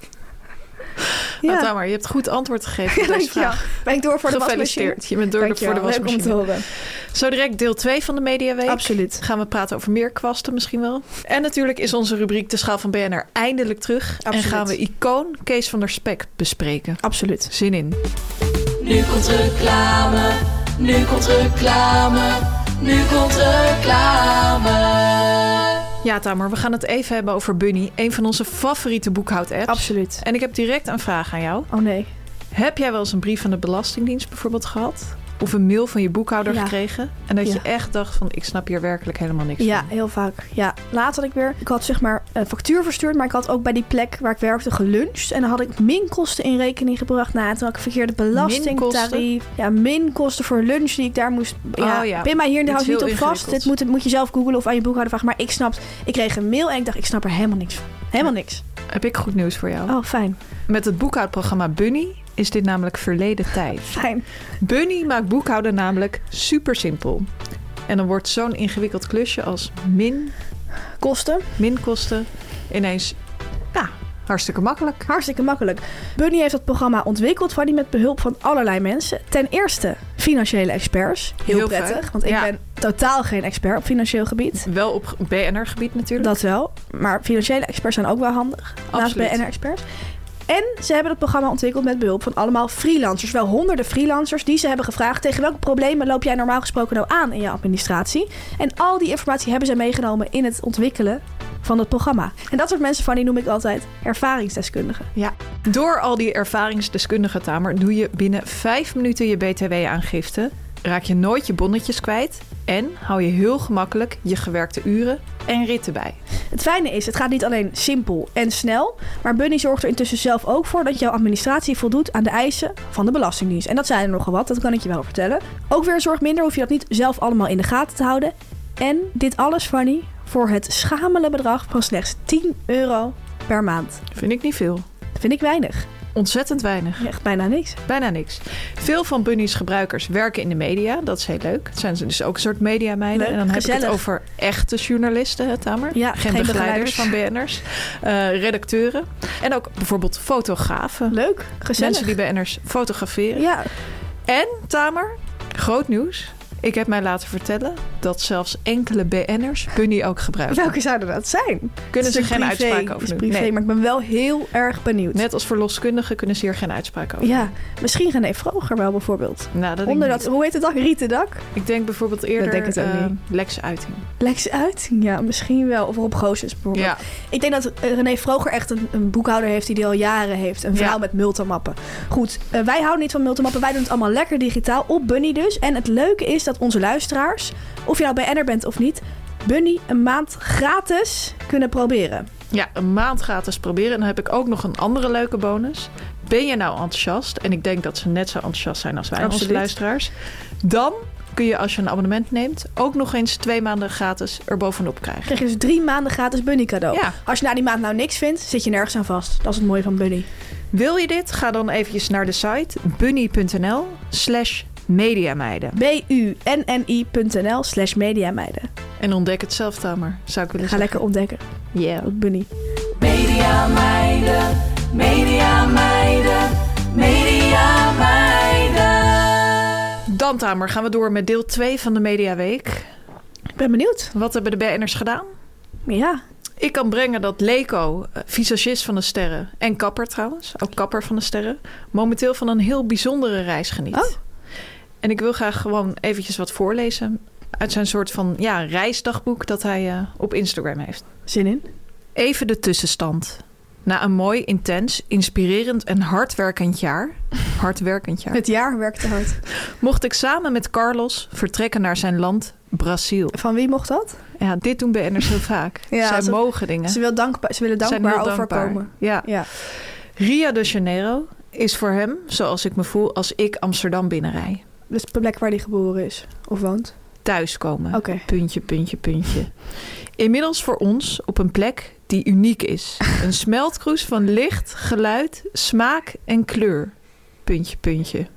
Ja. Maar je hebt goed antwoord gegeven op deze vraag. Ben ik door voor de wasmachine? Gefeliciteerd. Je bent door voor de wasmachine. Leuk om te horen. Zo direct deel 2 van de Mediaweek. Absoluut. Gaan we praten over meer kwasten misschien wel. En natuurlijk is onze rubriek De Schaal van BNR eindelijk terug. Absoluut. En gaan we icoon Kees van der Spek bespreken. Absoluut. Zin in. Nu komt reclame. Nu komt reclame. Nu komt reclame. Ja, Tamer, we gaan het even hebben over Bunny. Een van onze favoriete boekhoud-apps. Absoluut. En ik heb direct een vraag aan jou. Oh nee. Heb jij wel eens een brief van de Belastingdienst bijvoorbeeld gehad? Of een mail van je boekhouder gekregen? En dat je echt dacht van, ik snap hier werkelijk helemaal niks van. Ja, heel vaak. Ja, laatst had ik had zeg maar een factuur verstuurd, maar ik had ook bij die plek waar ik werkte geluncht. En dan had ik minkosten in rekening gebracht. Nou, toen had ik een verkeerde belastingtarief. Ja, minkosten voor lunch die ik daar moest. Ja, pin mij hier in de hout niet op vast. Dit moet je zelf googlen of aan je boekhouder vragen. Maar ik kreeg een mail en ik dacht, ik snap er helemaal niks van. Helemaal niks. Heb ik goed nieuws voor jou. Oh, fijn. Met het boekhoudprogramma Bunny is dit namelijk verleden tijd. Fijn. Bunny maakt boekhouden namelijk super simpel. En dan wordt zo'n ingewikkeld klusje als minkosten ineens hartstikke makkelijk. Hartstikke makkelijk. Bunny heeft dat programma ontwikkeld met behulp van allerlei mensen. Ten eerste financiële experts. Heel prettig, fijn. Want ik ben totaal geen expert op financieel gebied. Wel op BNR-gebied natuurlijk. Dat wel. Maar financiële experts zijn ook wel handig. Absoluut. Naast BNR-experts. En ze hebben het programma ontwikkeld met behulp van allemaal freelancers. Wel honderden freelancers die ze hebben gevraagd, tegen welke problemen loop jij normaal gesproken nou aan in je administratie? En al die informatie hebben ze meegenomen in het ontwikkelen van het programma. En dat soort mensen die noem ik altijd ervaringsdeskundigen. Ja. Door al die ervaringsdeskundigen, Tamer, doe je binnen 5 minuten je BTW-aangifte. Raak je nooit je bonnetjes kwijt. En hou je heel gemakkelijk je gewerkte uren en ritten bij. Het fijne is, het gaat niet alleen simpel en snel, maar Bunny zorgt er intussen zelf ook voor dat jouw administratie voldoet aan de eisen van de Belastingdienst. En dat zijn er nogal wat, dat kan ik je wel vertellen. Ook weer een zorg minder, hoef je dat niet zelf allemaal in de gaten te houden. En dit alles, Fanny, voor het schamele bedrag van slechts €10 per maand. Vind ik niet veel. Dat vind ik weinig. Ontzettend weinig. Echt bijna niks. Bijna niks. Veel van Bunny's gebruikers werken in de media. Dat is heel leuk. Het zijn dus ook een soort mediameiden. Leuk, en dan gezellig. heb ik het over echte journalisten, hè, Tamer? Ja, geen begeleiders van BN'ers. Redacteuren. En ook bijvoorbeeld fotografen. Leuk, gezellig. Mensen die BN'ers fotograferen. Ja, En, Tamer, groot nieuws. Ik heb mij laten vertellen dat zelfs enkele BN'ers Bunny ook gebruiken. welke zouden dat zijn? Kunnen ze Het is geen privé, uitspraak over is doen? privé, Nee. maar ik ben wel heel erg benieuwd. Net als verloskundigen kunnen ze hier geen uitspraak over Ja, doen. misschien René Vroger wel bijvoorbeeld. Nou, dat Onder denk ik dat, hoe heet het dak? Rietendak? niet. Ik denk bijvoorbeeld eerder denk het ook niet. Lex Uiting. Lex Uiting, ja, misschien wel. Of Rob Goossens bijvoorbeeld. Ja. Ik denk dat René Vroger echt een boekhouder heeft die al jaren heeft. Een vrouw Ja. met multimappen. Goed, wij houden niet van multimappen. Wij doen het allemaal lekker digitaal op Bunny dus. En het leuke is dat onze luisteraars, of je nou BN'er bent of niet, Bunny een maand gratis kunnen proberen. Ja, een maand gratis proberen. En dan heb ik ook nog een andere leuke bonus. Ben je nou enthousiast? En ik denk dat ze net zo enthousiast zijn als wij, onze Absoluut. luisteraars. Dan kun je, als je een abonnement neemt, ook nog eens 2 maanden gratis erbovenop krijgen. Krijg je dus 3 maanden gratis Bunny cadeau. Ja. Als je na die maand nou niks vindt, zit je nergens aan vast. Dat is het mooie van Bunny. Wil je dit? Ga dan eventjes naar de site bunny.nl/mediameiden. bunni.nl/mediameiden. En ontdek het zelf, Tamer, zou ik willen Ga zeggen. lekker ontdekken. Yeah. Op Bunny. Media meiden, media meiden, media meiden. Dan, Tamer, gaan we door met deel 2 van de Mediaweek. Ik ben benieuwd. Wat hebben de BN'ers gedaan? Ja. Ik kan brengen dat Leko, visagist van de sterren en kapper trouwens, ook kapper van de sterren, momenteel van een heel bijzondere reis geniet. Oh. En ik wil graag gewoon eventjes wat voorlezen uit zijn soort van reisdagboek dat hij op Instagram heeft. Zin in? Even de tussenstand. Na een mooi, intens, inspirerend en hardwerkend jaar, Het jaar werkt te hard. mocht ik samen met Carlos vertrekken naar zijn land Brazil. Van wie mocht dat? Ja, dit doen BN'ers heel vaak. Ja, Zij ze- mogen dingen. Ze willen dankbaar Zijn overkomen. heel dankbaar. Ja. Ja. Rio de Janeiro is voor hem zoals ik me voel als ik Amsterdam binnenrij. Dus de plek waar hij geboren is. Of woont. Thuiskomen. Oké. Puntje, puntje, puntje. Inmiddels voor ons op een plek die uniek is. Een smeltkroes van licht, geluid, smaak en kleur. Puntje, puntje.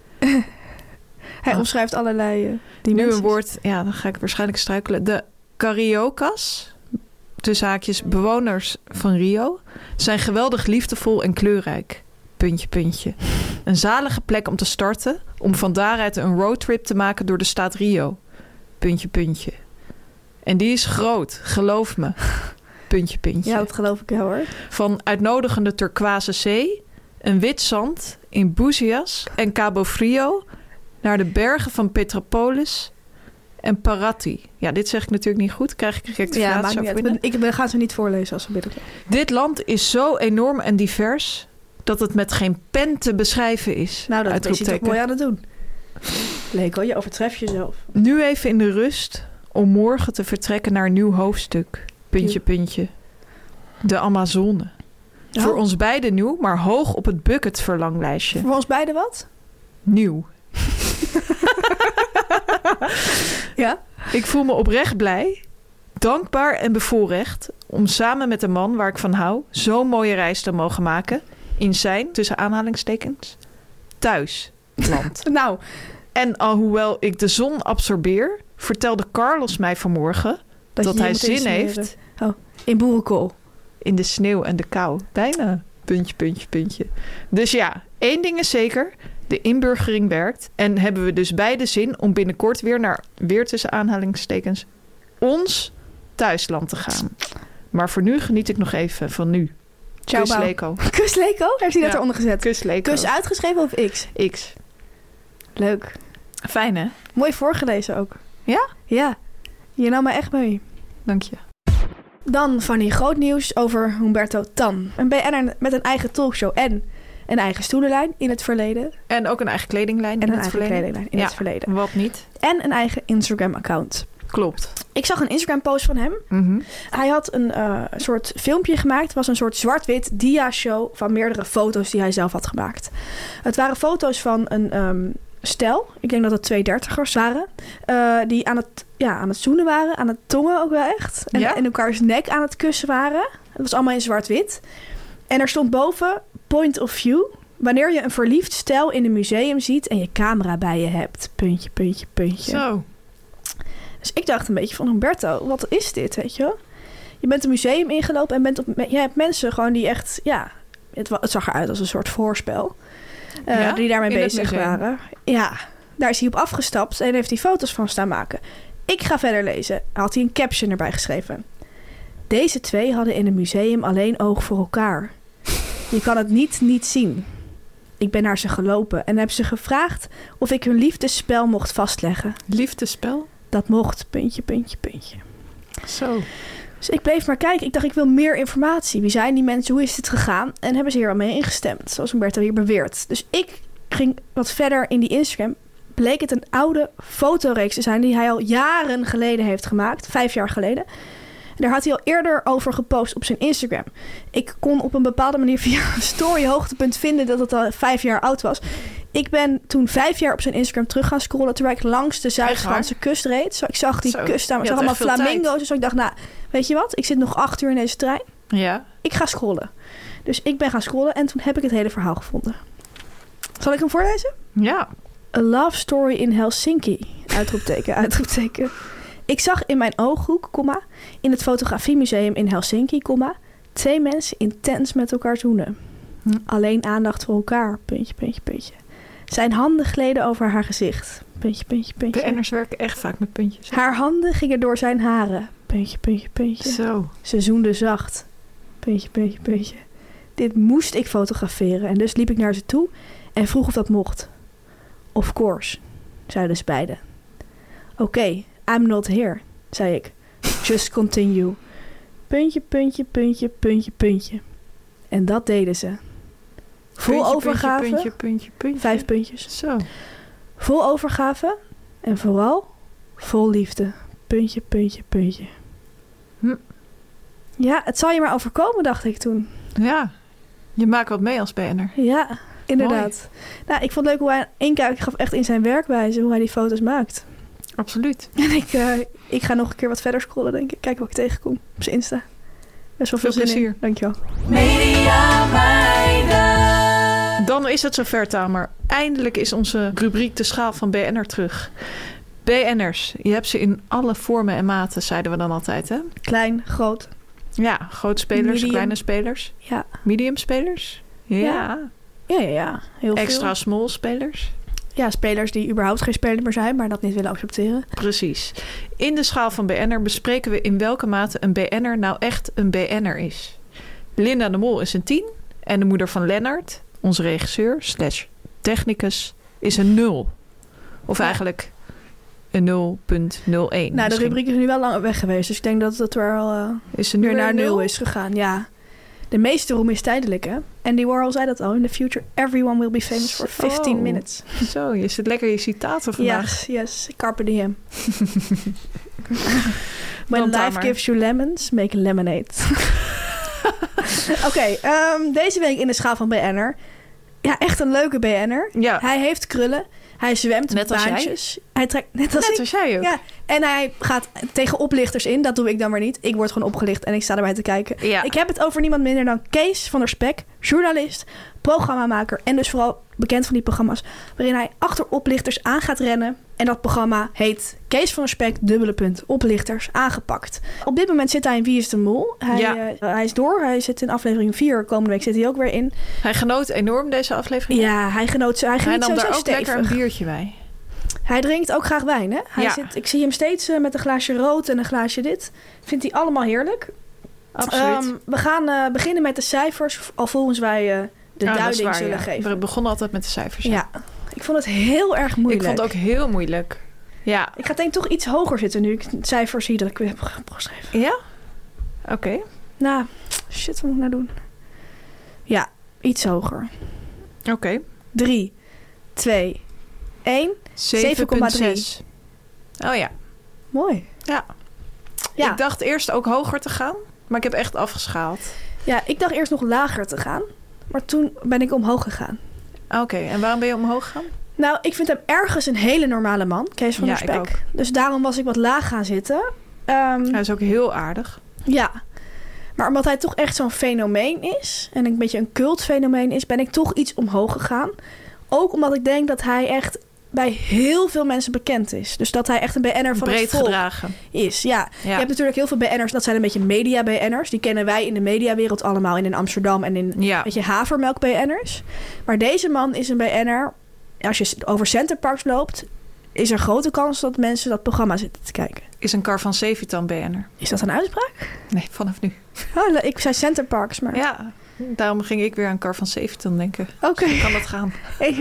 Hij omschrijft allerlei dimensies. Nu een woord, ja, dan ga ik waarschijnlijk struikelen. De Cariocas, tussen haakjes bewoners van Rio, zijn geweldig liefdevol en kleurrijk. Puntje, puntje. Een zalige plek om te starten, om van daaruit een roadtrip te maken door de staat Rio. Puntje, puntje. En die is groot, geloof me. Puntje, puntje. Ja, dat geloof ik wel hoor. Van uitnodigende turquoise zee, een wit zand in Buzias en Cabo Frio, naar de bergen van Petropolis en Paraty. Ja, dit zeg ik natuurlijk niet goed. Krijg ik rectificatie Ja, maakt niet over uit. binnen? Ik ga ze niet voorlezen als ze bidden. Dit land is zo enorm en divers dat het met geen pen te beschrijven is. Nou, dat is je toch Uitroepteken. mooi aan het doen. Leko, je overtreft jezelf. Nu even in de rust om morgen te vertrekken naar een nieuw hoofdstuk. Puntje, puntje. De Amazone. Ja. Voor ons beiden nieuw, maar hoog op het bucket-verlanglijstje. Voor ons beiden wat? Nieuw. Ja. Ik voel me oprecht blij, dankbaar en bevoorrecht om samen met de man waar ik van hou zo'n mooie reis te mogen maken in zijn, tussen aanhalingstekens, thuisland. Nou, En alhoewel ik de zon absorbeer, vertelde Carlos mij vanmorgen dat je hij moet zin insmeren. heeft Oh, in boerenkool. in de sneeuw en de kou. Bijna. Puntje, puntje, puntje. Dus ja, 1 ding is zeker. De inburgering werkt. En hebben we dus beide zin om binnenkort weer tussen aanhalingstekens, ons thuisland te gaan. Maar voor nu geniet ik nog even van nu. Ciao, Kus bouw. Leko. Kus Leko? Heeft hij dat Ja. eronder gezet? Kus Leko. Kus uitgeschreven of X? X. Leuk. Fijn hè? Mooi voorgelezen ook. Ja? Ja. Je nam me echt mee. Dank je. Dan, Fanny, groot nieuws over Humberto Tan. Een BN'er met een eigen talkshow. En een eigen stoelenlijn in het verleden. En ook een eigen kledinglijn in het verleden. Wat niet. En een eigen Instagram-account. Klopt. Ik zag een Instagram-post van hem. Mm-hmm. Hij had een soort filmpje gemaakt. Het was een soort zwart-wit dia-show van meerdere foto's die hij zelf had gemaakt. Het waren foto's van een stel. Ik denk dat het 2 dertigers waren. Die aan het zoenen waren. Aan het tongen ook wel echt. En in elkaars nek aan het kussen waren. Het was allemaal in zwart-wit. En er stond boven point of view. Wanneer je een verliefd stel in een museum ziet en je camera bij je hebt. Puntje, puntje, puntje. Zo. Dus ik dacht een beetje van, Humberto, wat is dit, weet je wel? Je bent een museum ingelopen en je hebt mensen gewoon die echt... Ja, het zag eruit als een soort voorspel. Die daarmee bezig waren. Ja, daar is hij op afgestapt en heeft hij foto's van staan maken. Ik ga verder lezen. Had hij een caption erbij geschreven. Deze 2 hadden in een museum alleen oog voor elkaar. Je kan het niet zien. Ik ben naar ze gelopen en heb ze gevraagd of ik hun liefdesspel mocht vastleggen. Liefdesspel? Dat mocht, puntje, puntje, puntje. Zo. Dus ik bleef maar kijken. Ik dacht, ik wil meer informatie. Wie zijn die mensen? Hoe is het gegaan? En hebben ze hier al mee ingestemd? Zoals Humberto hier beweert. Dus ik ging wat verder in die Instagram. Bleek het een oude fotoreeks te zijn die hij al jaren geleden heeft gemaakt. 5 jaar geleden. En daar had hij al eerder over gepost op zijn Instagram. Ik kon op een bepaalde manier via een story hoogtepunt vinden dat het al 5 jaar oud was. Ik ben toen 5 jaar op zijn Instagram terug gaan scrollen... terwijl ik langs de Zuid-Franse kust reed. Zo, ik zag die kust staan, ik zag allemaal flamingo's. Dus ik dacht, weet je wat? Ik zit nog 8 uur in deze trein. Ja. Ik ga scrollen. Dus ik ben gaan scrollen en toen heb ik het hele verhaal gevonden. Zal ik hem voorlezen? Ja. A love story in Helsinki. Uitroepteken, uitroepteken. Ik zag in mijn ooghoek, in het fotografiemuseum in Helsinki, 2 mensen intens met elkaar zoenen. Alleen aandacht voor elkaar, puntje, puntje, puntje. Zijn handen gleden over haar gezicht. Puntje, puntje, puntje. BN'ers werken echt vaak met puntjes. Haar handen gingen door zijn haren. Puntje, puntje, puntje. Zo. Ze zoende zacht. Puntje, puntje, puntje. Dit moest ik fotograferen. En dus liep ik naar ze toe en vroeg of dat mocht. Of course, zeiden ze beiden. Oké, I'm not here, zei ik. Just continue. Puntje, puntje, puntje, puntje, puntje. En dat deden ze. Vol overgave. Puntje, puntje, puntje. 5 puntjes. Zo. Vol overgave. En vooral vol liefde. Puntje, puntje, puntje. Ja, het zal je maar overkomen, dacht ik toen. Ja, je maakt wat mee als BN'er. Ja, inderdaad. Nou, ik vond het leuk hoe hij één kijkje gaf echt in zijn werkwijze, hoe hij die foto's maakt. Absoluut. En ik ga nog een keer wat verder scrollen, denk ik. Kijken wat ik tegenkom op zijn Insta. Best wel veel plezier. In. Dankjewel. Media Meiden. Dan is het zover, Tamer. Eindelijk is onze rubriek De Schaal van BN'er terug. BN'ers, je hebt ze in alle vormen en maten, zeiden we dan altijd, hè? Klein, groot. Ja, grote spelers, medium. Kleine spelers. Ja. Medium spelers. Ja. Heel Extra veel. small spelers. Ja, spelers die überhaupt geen speler meer zijn, maar dat niet willen accepteren. Precies. In de schaal van BN'er bespreken we in welke mate een BN'er nou echt een BN'er is. Linda de Mol is een 10 en de moeder van Lennart, onze regisseur / technicus, is een 0. Of eigenlijk een 0.01. Nou, de rubriek is nu wel lang weg geweest, dus ik denk dat het er al weer naar 0 is gegaan. Ja. De meeste roem is tijdelijk, hè? Andy Warhol zei dat al. In the future, everyone will be famous for 15 minutes. Zo, je zit lekker je citaten vandaag. Yes. Carpe diem. When life gives you lemons, make lemonade. Oké, deze week in de schaal van BN'er. Ja, echt een leuke BN'er. Ja. Hij heeft krullen. Hij zwemt net als baantjes. Jij? Hij trekt net als jij ook. Ja. En hij gaat tegen oplichters in. Dat doe ik dan maar niet. Ik word gewoon opgelicht en ik sta erbij te kijken. Ja. Ik heb het over niemand minder dan Kees van der Spek, journalist, programmamaker en dus vooral bekend van die programma's waarin hij achter oplichters aan gaat rennen. En dat programma heet Kees van der Spek, oplichters, aangepakt. Op dit moment zit hij in Wie is de Mol. Hij is door. Hij zit in aflevering 4. Komende week zit hij ook weer in. Hij genoot enorm deze aflevering. Ja, hij genoot. Hij nam daar ook stevig. lekker een biertje bij. Hij drinkt ook graag wijn, hè? Ik zie hem steeds met een glaasje rood en een glaasje dit. Vindt hij allemaal heerlijk. Absoluut. We gaan beginnen met de cijfers, alvorens wij de duiding zullen geven. We begonnen altijd met de cijfers. Ja, ik vond het heel erg moeilijk. Ik vond het ook heel moeilijk. Ja. Ik ga denk ik toch iets hoger zitten nu ik het cijfers zie dat ik weer heb opgeschreven. Ja? Oké. Nou, shit, wat moet ik nou doen? Ja, iets hoger. Oké. 3, 2, 1. 7,3. Oh ja. Mooi. Ja. Ja. Ik dacht eerst ook hoger te gaan, maar ik heb echt afgeschaald. Ja, ik dacht eerst nog lager te gaan. Maar toen ben ik omhoog gegaan. Oké, en waarom ben je omhoog gegaan? Nou, ik vind hem ergens een hele normale man. Kees van der Spek. Ik ook. Dus daarom was ik wat laag gaan zitten. Hij is ook heel aardig. Ja. Maar omdat hij toch echt zo'n fenomeen is... en een beetje een cultfenomeen is... ben ik toch iets omhoog gegaan. Ook omdat ik denk dat hij echt bij heel veel mensen bekend is. Dus dat hij echt een BN'er van breed het volk gedragen is. Ja. Je hebt natuurlijk heel veel BN'ers. Dat zijn een beetje media-BN'ers. Die kennen wij in de mediawereld allemaal. In Amsterdam en in een beetje havermelk-BN'ers. Maar deze man is een BN'er. Als je over Centerparks loopt... is er grote kans dat mensen dat programma zitten te kijken. Is een Carl van Zeventam BN'er? Is dat een uitspraak? Nee, vanaf nu. Oh, ik zei Centerparks, maar... Ja, daarom ging ik weer aan Carl van Zeventam denken. Oké. Kan dat gaan?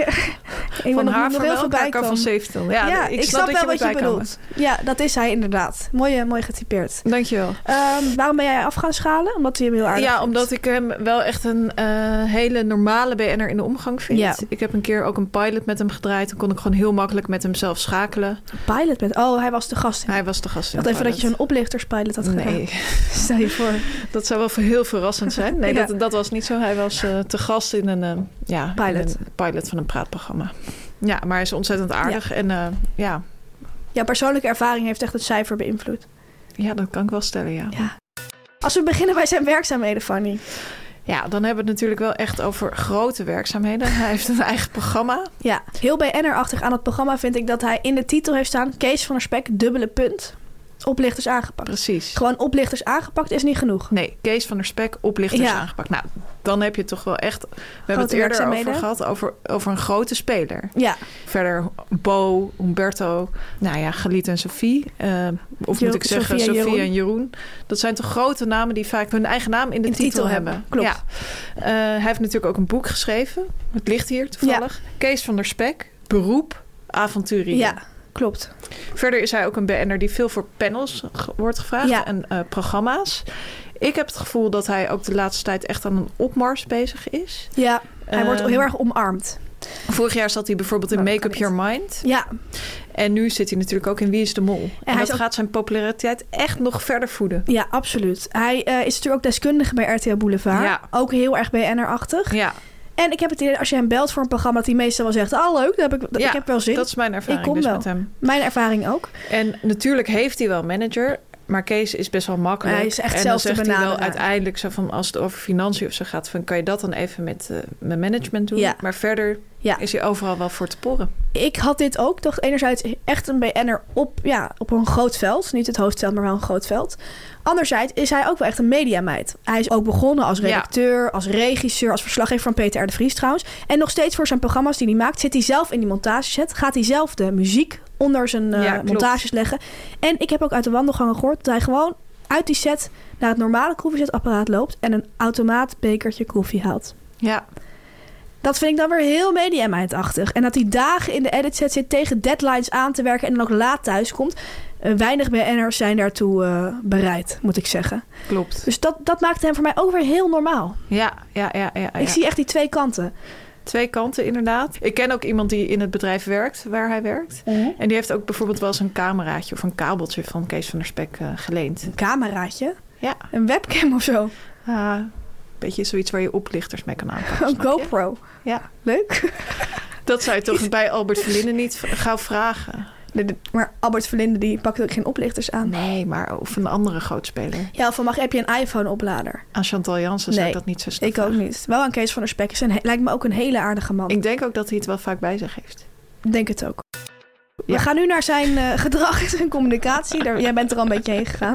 Ik van nog heel veel naar Carl van Zeventam. Ja, ik snap wel wat je bedoelt. Ja, dat is hij inderdaad. Mooi getypeerd. Dankjewel. Waarom ben jij af gaan schalen? Omdat hij hem heel aardig vindt? Omdat ik hem wel echt een hele normale BN'er in de omgang vind. Ja. Ik heb een keer ook een pilot met hem gedraaid. Dan kon ik gewoon heel makkelijk met hem zelf schakelen. Pilot met... Oh, hij was de gast. Hij was de gast. Ik dacht even dat je zo'n oplichterspilot had gedaan. Nee. Stel je voor. Dat zou wel heel verrassend zijn. Nee, dat was niet zo. Hij was te gast in een pilot van een praatprogramma. Ja, maar hij is ontzettend aardig. Ja. En jouw persoonlijke ervaring heeft echt het cijfer beïnvloed. Ja, dat kan ik wel stellen, ja. Als we beginnen bij zijn werkzaamheden, Fanny. Ja, dan hebben we het natuurlijk wel echt over grote werkzaamheden. Hij heeft een eigen programma. Ja, heel BN'er-achtig aan het programma vind ik dat hij in de titel heeft staan... Kees van der Spek, dubbele punt. Oplichters aangepakt. Precies. Gewoon oplichters aangepakt is niet genoeg. Nee, Kees van der Spek, oplichters aangepakt. Nou, dan heb je toch wel echt... We hebben het eerder over gehad, over een grote speler. Ja. Verder Bo, Humberto, Galit en Sophie. Of moet ik zeggen, Sophie en Jeroen. Dat zijn toch grote namen die vaak hun eigen naam in de titel hebben. Klopt. Ja. Hij heeft natuurlijk ook een boek geschreven. Het ligt hier toevallig. Ja. Kees van der Spek, beroep, avonturier. Ja. Klopt. Verder is hij ook een BN'er die veel voor panels wordt gevraagd en programma's. Ik heb het gevoel dat hij ook de laatste tijd echt aan een opmars bezig is. Ja, hij wordt heel erg omarmd. Vorig jaar zat hij bijvoorbeeld in Make Up Your Mind. Ja. En nu zit hij natuurlijk ook in Wie is de Mol. En dat gaat zijn populariteit echt nog verder voeden. Ja, absoluut. Hij is natuurlijk ook deskundige bij RTL Boulevard. Ja. Ook heel erg BN'er-achtig. Ja. En ik heb het idee, als je hem belt voor een programma... dat hij meestal wel zegt, leuk, ik heb wel zin. Dat is mijn ervaring ik kom wel. Met hem. Mijn ervaring ook. En natuurlijk heeft hij wel een manager... maar Kees is best wel makkelijk. Hij is echt en zelf dan zegt te hij wel uiteindelijk... zo van als het over financiën of zo gaat... van kan je dat dan even met mijn management doen? Ja. Maar verder is hij overal wel voor te porren. Ik had dit ook. Dacht enerzijds echt een BN'er op een groot veld. Niet het hoofdveld, maar wel een groot veld. Anderzijds is hij ook wel echt een mediameid. Hij is ook begonnen als redacteur, als regisseur... als verslaggever van Peter R. de Vries trouwens. En nog steeds voor zijn programma's die hij maakt... zit hij zelf in die montageset. Gaat hij zelf de muziek onder zijn montages leggen. En ik heb ook uit de wandelgangen gehoord... dat hij gewoon uit die set naar het normale koffiezetapparaat loopt... en een automaatbekertje koffie haalt. Ja. Dat vind ik dan weer heel mediameidachtig. En dat hij dagen in de editset zit tegen deadlines aan te werken... en dan ook laat thuis komt. Weinig BN'ers zijn daartoe bereid, moet ik zeggen. Klopt. Dus dat maakt hem voor mij ook weer heel normaal. Ja. Ik zie echt die twee kanten. Twee kanten, inderdaad. Ik ken ook iemand die in het bedrijf werkt, waar hij werkt. Mm-hmm. En die heeft ook bijvoorbeeld wel eens een cameraatje... of een kabeltje van Kees van der Spek geleend. Een cameraatje? Ja. Een webcam of zo? Een beetje zoiets waar je oplichters mee kan aanpakken. Een GoPro? Ja. Leuk. Dat zou je toch bij Albert Verlinde niet gauw vragen. Maar Albert Verlinde die pakt ook geen oplichters aan. Nee, maar of een andere grootspeler. Ja, of heb je een iPhone-oplader? Aan Chantal Jansen zou ik dat niet zo snel vragen. Ik ook niet. Wel aan Kees van der Spek. Lijkt me ook een hele aardige man. Ik denk ook dat hij het wel vaak bij zich heeft. Denk het ook. We gaan nu naar zijn gedrag en zijn communicatie. Jij bent er al een beetje heen gegaan.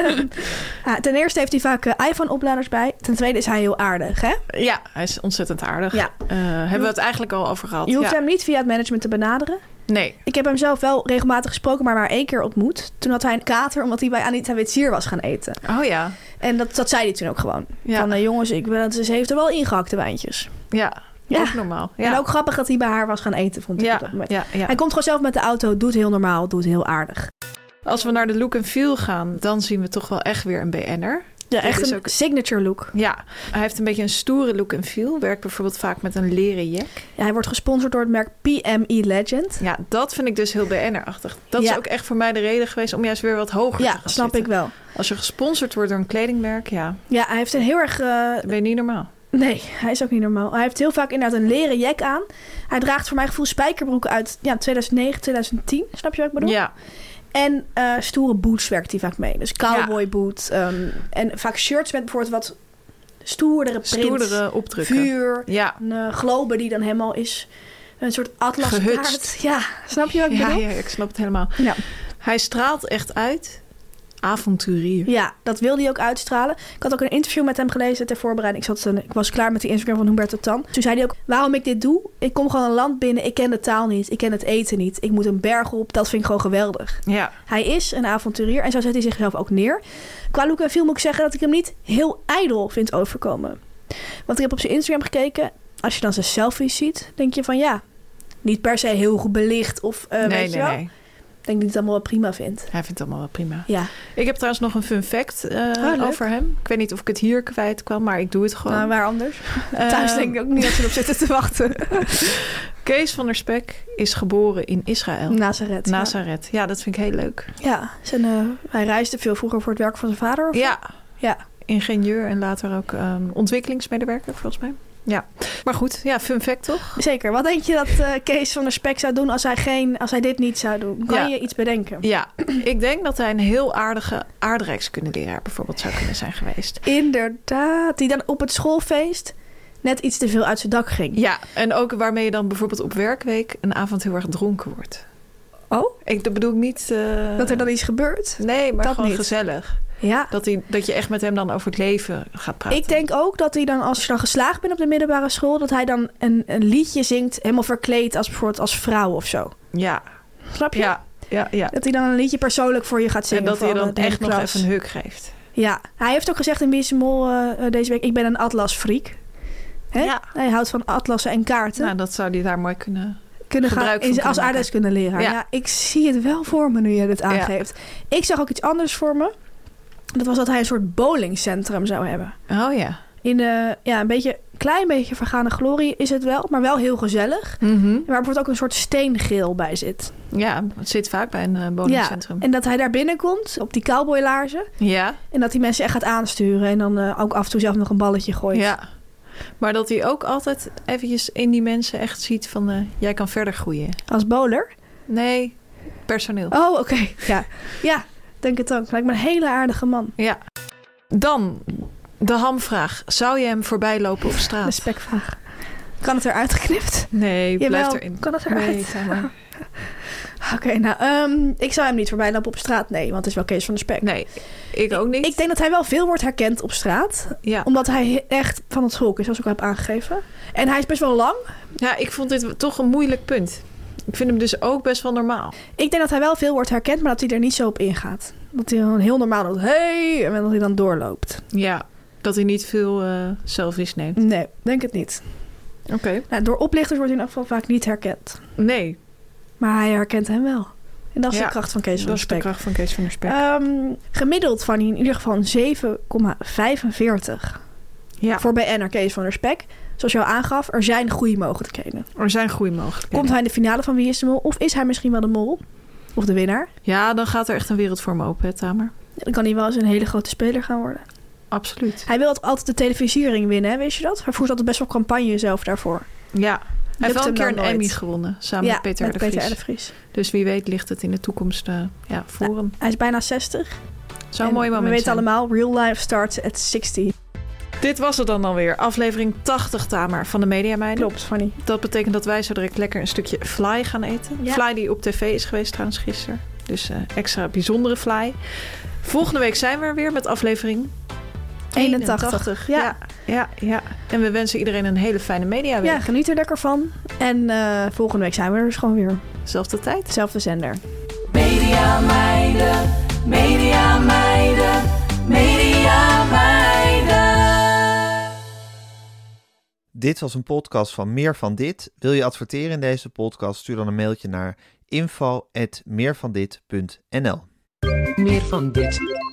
Ten eerste heeft hij vaak iPhone-opladers bij. Ten tweede is hij heel aardig, hè? Ja, hij is ontzettend aardig. Ja. Hebben we het eigenlijk al over gehad. Je hoeft hem niet via het management te benaderen. Nee. Ik heb hem zelf wel regelmatig gesproken, maar 1 keer ontmoet. Toen had hij een kater, omdat hij bij Anita Witsier was gaan eten. Oh ja. En dat zei hij toen ook gewoon. Ja. Van, jongens, ze heeft er wel ingehakt, de wijntjes. Ja. Ook normaal. Ja. En ook grappig dat hij bij haar was gaan eten, vond ik op dat moment. Ja. Hij komt gewoon zelf met de auto, doet heel normaal, doet heel aardig. Als we naar de look en feel gaan, dan zien we toch wel echt weer een BN'er. Ja, Dit echt is een ook... signature look. Ja, hij heeft een beetje een stoere look en feel. Werkt bijvoorbeeld vaak met een leren jack. Ja, hij wordt gesponsord door het merk PME Legend. Ja, dat vind ik dus heel BN'er-achtig. Dat is ook echt voor mij de reden geweest om juist weer wat hoger te gaan snap zitten. ik wel. Als je gesponsord wordt door een kledingmerk, ja, Ja, hij heeft een heel erg... dan ben je niet normaal. Nee, hij is ook niet normaal. Hij heeft heel vaak inderdaad een leren jack aan. Hij draagt voor mijn gevoel spijkerbroeken uit 2009, 2010. Snap je wat ik bedoel? Ja. En stoere boots werkt hij vaak mee. Dus cowboy boot. En vaak shirts met bijvoorbeeld wat stoerdere print. Stoerdere opdrukken. Vuur. Ja. Een globe die dan helemaal is een soort atlaskaart. Gehutst. Ja, snap je wat ik bedoel? Ja, ik snap het helemaal. Ja. Hij straalt echt uit avonturier. Ja, dat wilde hij ook uitstralen. Ik had ook een interview met hem gelezen ter voorbereiding. Ik was klaar met die Instagram van Humberto Tan. Toen zei hij ook, waarom ik dit doe? Ik kom gewoon een land binnen, ik ken de taal niet, ik ken het eten niet. Ik moet een berg op, dat vind ik gewoon geweldig. Ja. Hij is een avonturier en zo zet hij zichzelf ook neer. Qua look en feel moet ik zeggen dat ik hem niet heel ijdel vind overkomen. Want ik heb op zijn Instagram gekeken. Als je dan zijn selfies ziet, denk je van ja, niet per se heel goed belicht of weet je wel. Nee. Ik denk dat hij het allemaal wel prima vindt. Hij vindt het allemaal wel prima. Ja. Ik heb trouwens nog een fun fact over hem. Ik weet niet of ik het hier kwijt kwam, maar ik doe het gewoon. Nou, waar anders? Thuis denk ik ook niet dat ze erop zitten te wachten. Kees van der Spek is geboren in Israël. Nazareth. Ja, dat vind ik heel leuk. Ja, hij reisde veel vroeger voor het werk van zijn vader. Of ja. Ingenieur en later ook ontwikkelingsmedewerker volgens mij. Ja, maar goed. Ja, fun fact toch? Zeker. Wat denk je dat Kees van der Spek zou doen als hij dit niet zou doen? Kan je iets bedenken? Ja, ik denk dat hij een heel aardige aardrijkskundeleraar bijvoorbeeld zou kunnen zijn geweest. Inderdaad. Die dan op het schoolfeest net iets te veel uit zijn dak ging. Ja, en ook waarmee je dan bijvoorbeeld op werkweek een avond heel erg dronken wordt. Oh? Dat bedoel ik niet... Dat er dan iets gebeurt? Nee, maar dat gewoon niet. Gezellig. Ja. Dat je echt met hem dan over het leven gaat praten. Ik denk ook dat hij dan, als je dan geslaagd bent op de middelbare school, dat hij dan een liedje zingt, helemaal verkleed als bijvoorbeeld als vrouw of zo. Ja. Snap je? Ja. Dat hij dan een liedje persoonlijk voor je gaat zingen. En dat hij dan echt nog klas. even een huk geeft. Ja. Hij heeft ook gezegd in Wie is de Mol deze week, ik ben een atlasfreak. Hè? Ja. Hij houdt van atlassen en kaarten. Nou, dat zou hij daar mooi kunnen gaan als aardrijkskundeleraar. Ja, ik zie het wel voor me nu je dit aangeeft. Ja. Ik zag ook iets anders voor me. Dat was dat hij een soort bowlingcentrum zou hebben. Oh ja. In een klein beetje vergane glorie is het wel, maar wel heel gezellig. Mm-hmm. Waar bijvoorbeeld ook een soort steengeel bij zit. Ja, het zit vaak bij een bowlingcentrum. Ja, en dat hij daar binnenkomt op die cowboylaarzen. Ja. En dat die mensen echt gaat aansturen en dan ook af en toe zelf nog een balletje gooit. Ja. Maar dat hij ook altijd eventjes in die mensen echt ziet van jij kan verder groeien. Als bowler? Nee, personeel. Oh, oké. Ja, denk het ook. Lijkt me een hele aardige man. Ja. Dan de hamvraag. Zou je hem voorbij lopen op straat? De spekvraag. Kan het eruit geknipt? Nee, blijf erin. Kan het eruit? Nee, Oké, nou, ik zou hem niet voorbij lopen op straat. Nee, want het is wel Kees van der Spek. Nee, ik ook niet. Ik denk dat hij wel veel wordt herkend op straat. Ja. Omdat hij echt van het volk is, zoals ik al heb aangegeven. En hij is best wel lang. Ja, ik vond dit toch een moeilijk punt. Ik vind hem dus ook best wel normaal. Ik denk dat hij wel veel wordt herkend, maar dat hij er niet zo op ingaat. Dat hij dan heel normaal doet. Hey! En dat hij dan doorloopt. Ja, dat hij niet veel selfies neemt. Nee, denk het niet. Oké. Nou, door oplichters wordt hij in ieder geval vaak niet herkend. Nee. Maar hij herkent hem wel. En dat is de kracht van Kees van der Spek. Dat is de kracht van Kees van der Spek. Gemiddeld van hij in ieder geval een 7,45. Ja. Voor BN'er Kees van der Spek. Zoals je al aangaf, er zijn groeimogelijkheden. Komt hij in de finale van Wie is de Mol? Of is hij misschien wel de mol? Of de winnaar? Ja, dan gaat er echt een wereld voor hem open, hè, Tamer? Dan kan hij wel eens een hele grote speler gaan worden. Absoluut. Hij wil altijd de televisiering winnen, hè? Wist je dat? Hij voert altijd best wel campagne zelf daarvoor. Ja, hij heeft wel een keer een Emmy gewonnen. Samen met Peter R. de Vries. Dus wie weet ligt het in de toekomst voor hem. Hij is bijna 60. Zou een mooi moment we weten zijn. allemaal, real life starts at 60. Dit was het dan alweer. Aflevering 80, Tamer, van de Media Meiden. Klopt, Fanny. Dat betekent dat wij zo direct lekker een stukje Fly gaan eten. Ja. Fly die op tv is geweest trouwens gisteren. Dus extra bijzondere Fly. Volgende week zijn we er weer met aflevering 81. Ja. En we wensen iedereen een hele fijne mediaweek. Ja, geniet er lekker van. En volgende week zijn we er dus gewoon weer. Zelfde tijd. Zelfde zender. Media Meiden, Media Meiden, Media Meiden. Dit was een podcast van Meer van Dit. Wil je adverteren in deze podcast? Stuur dan een mailtje naar info@meervandit.nl. Meer van dit.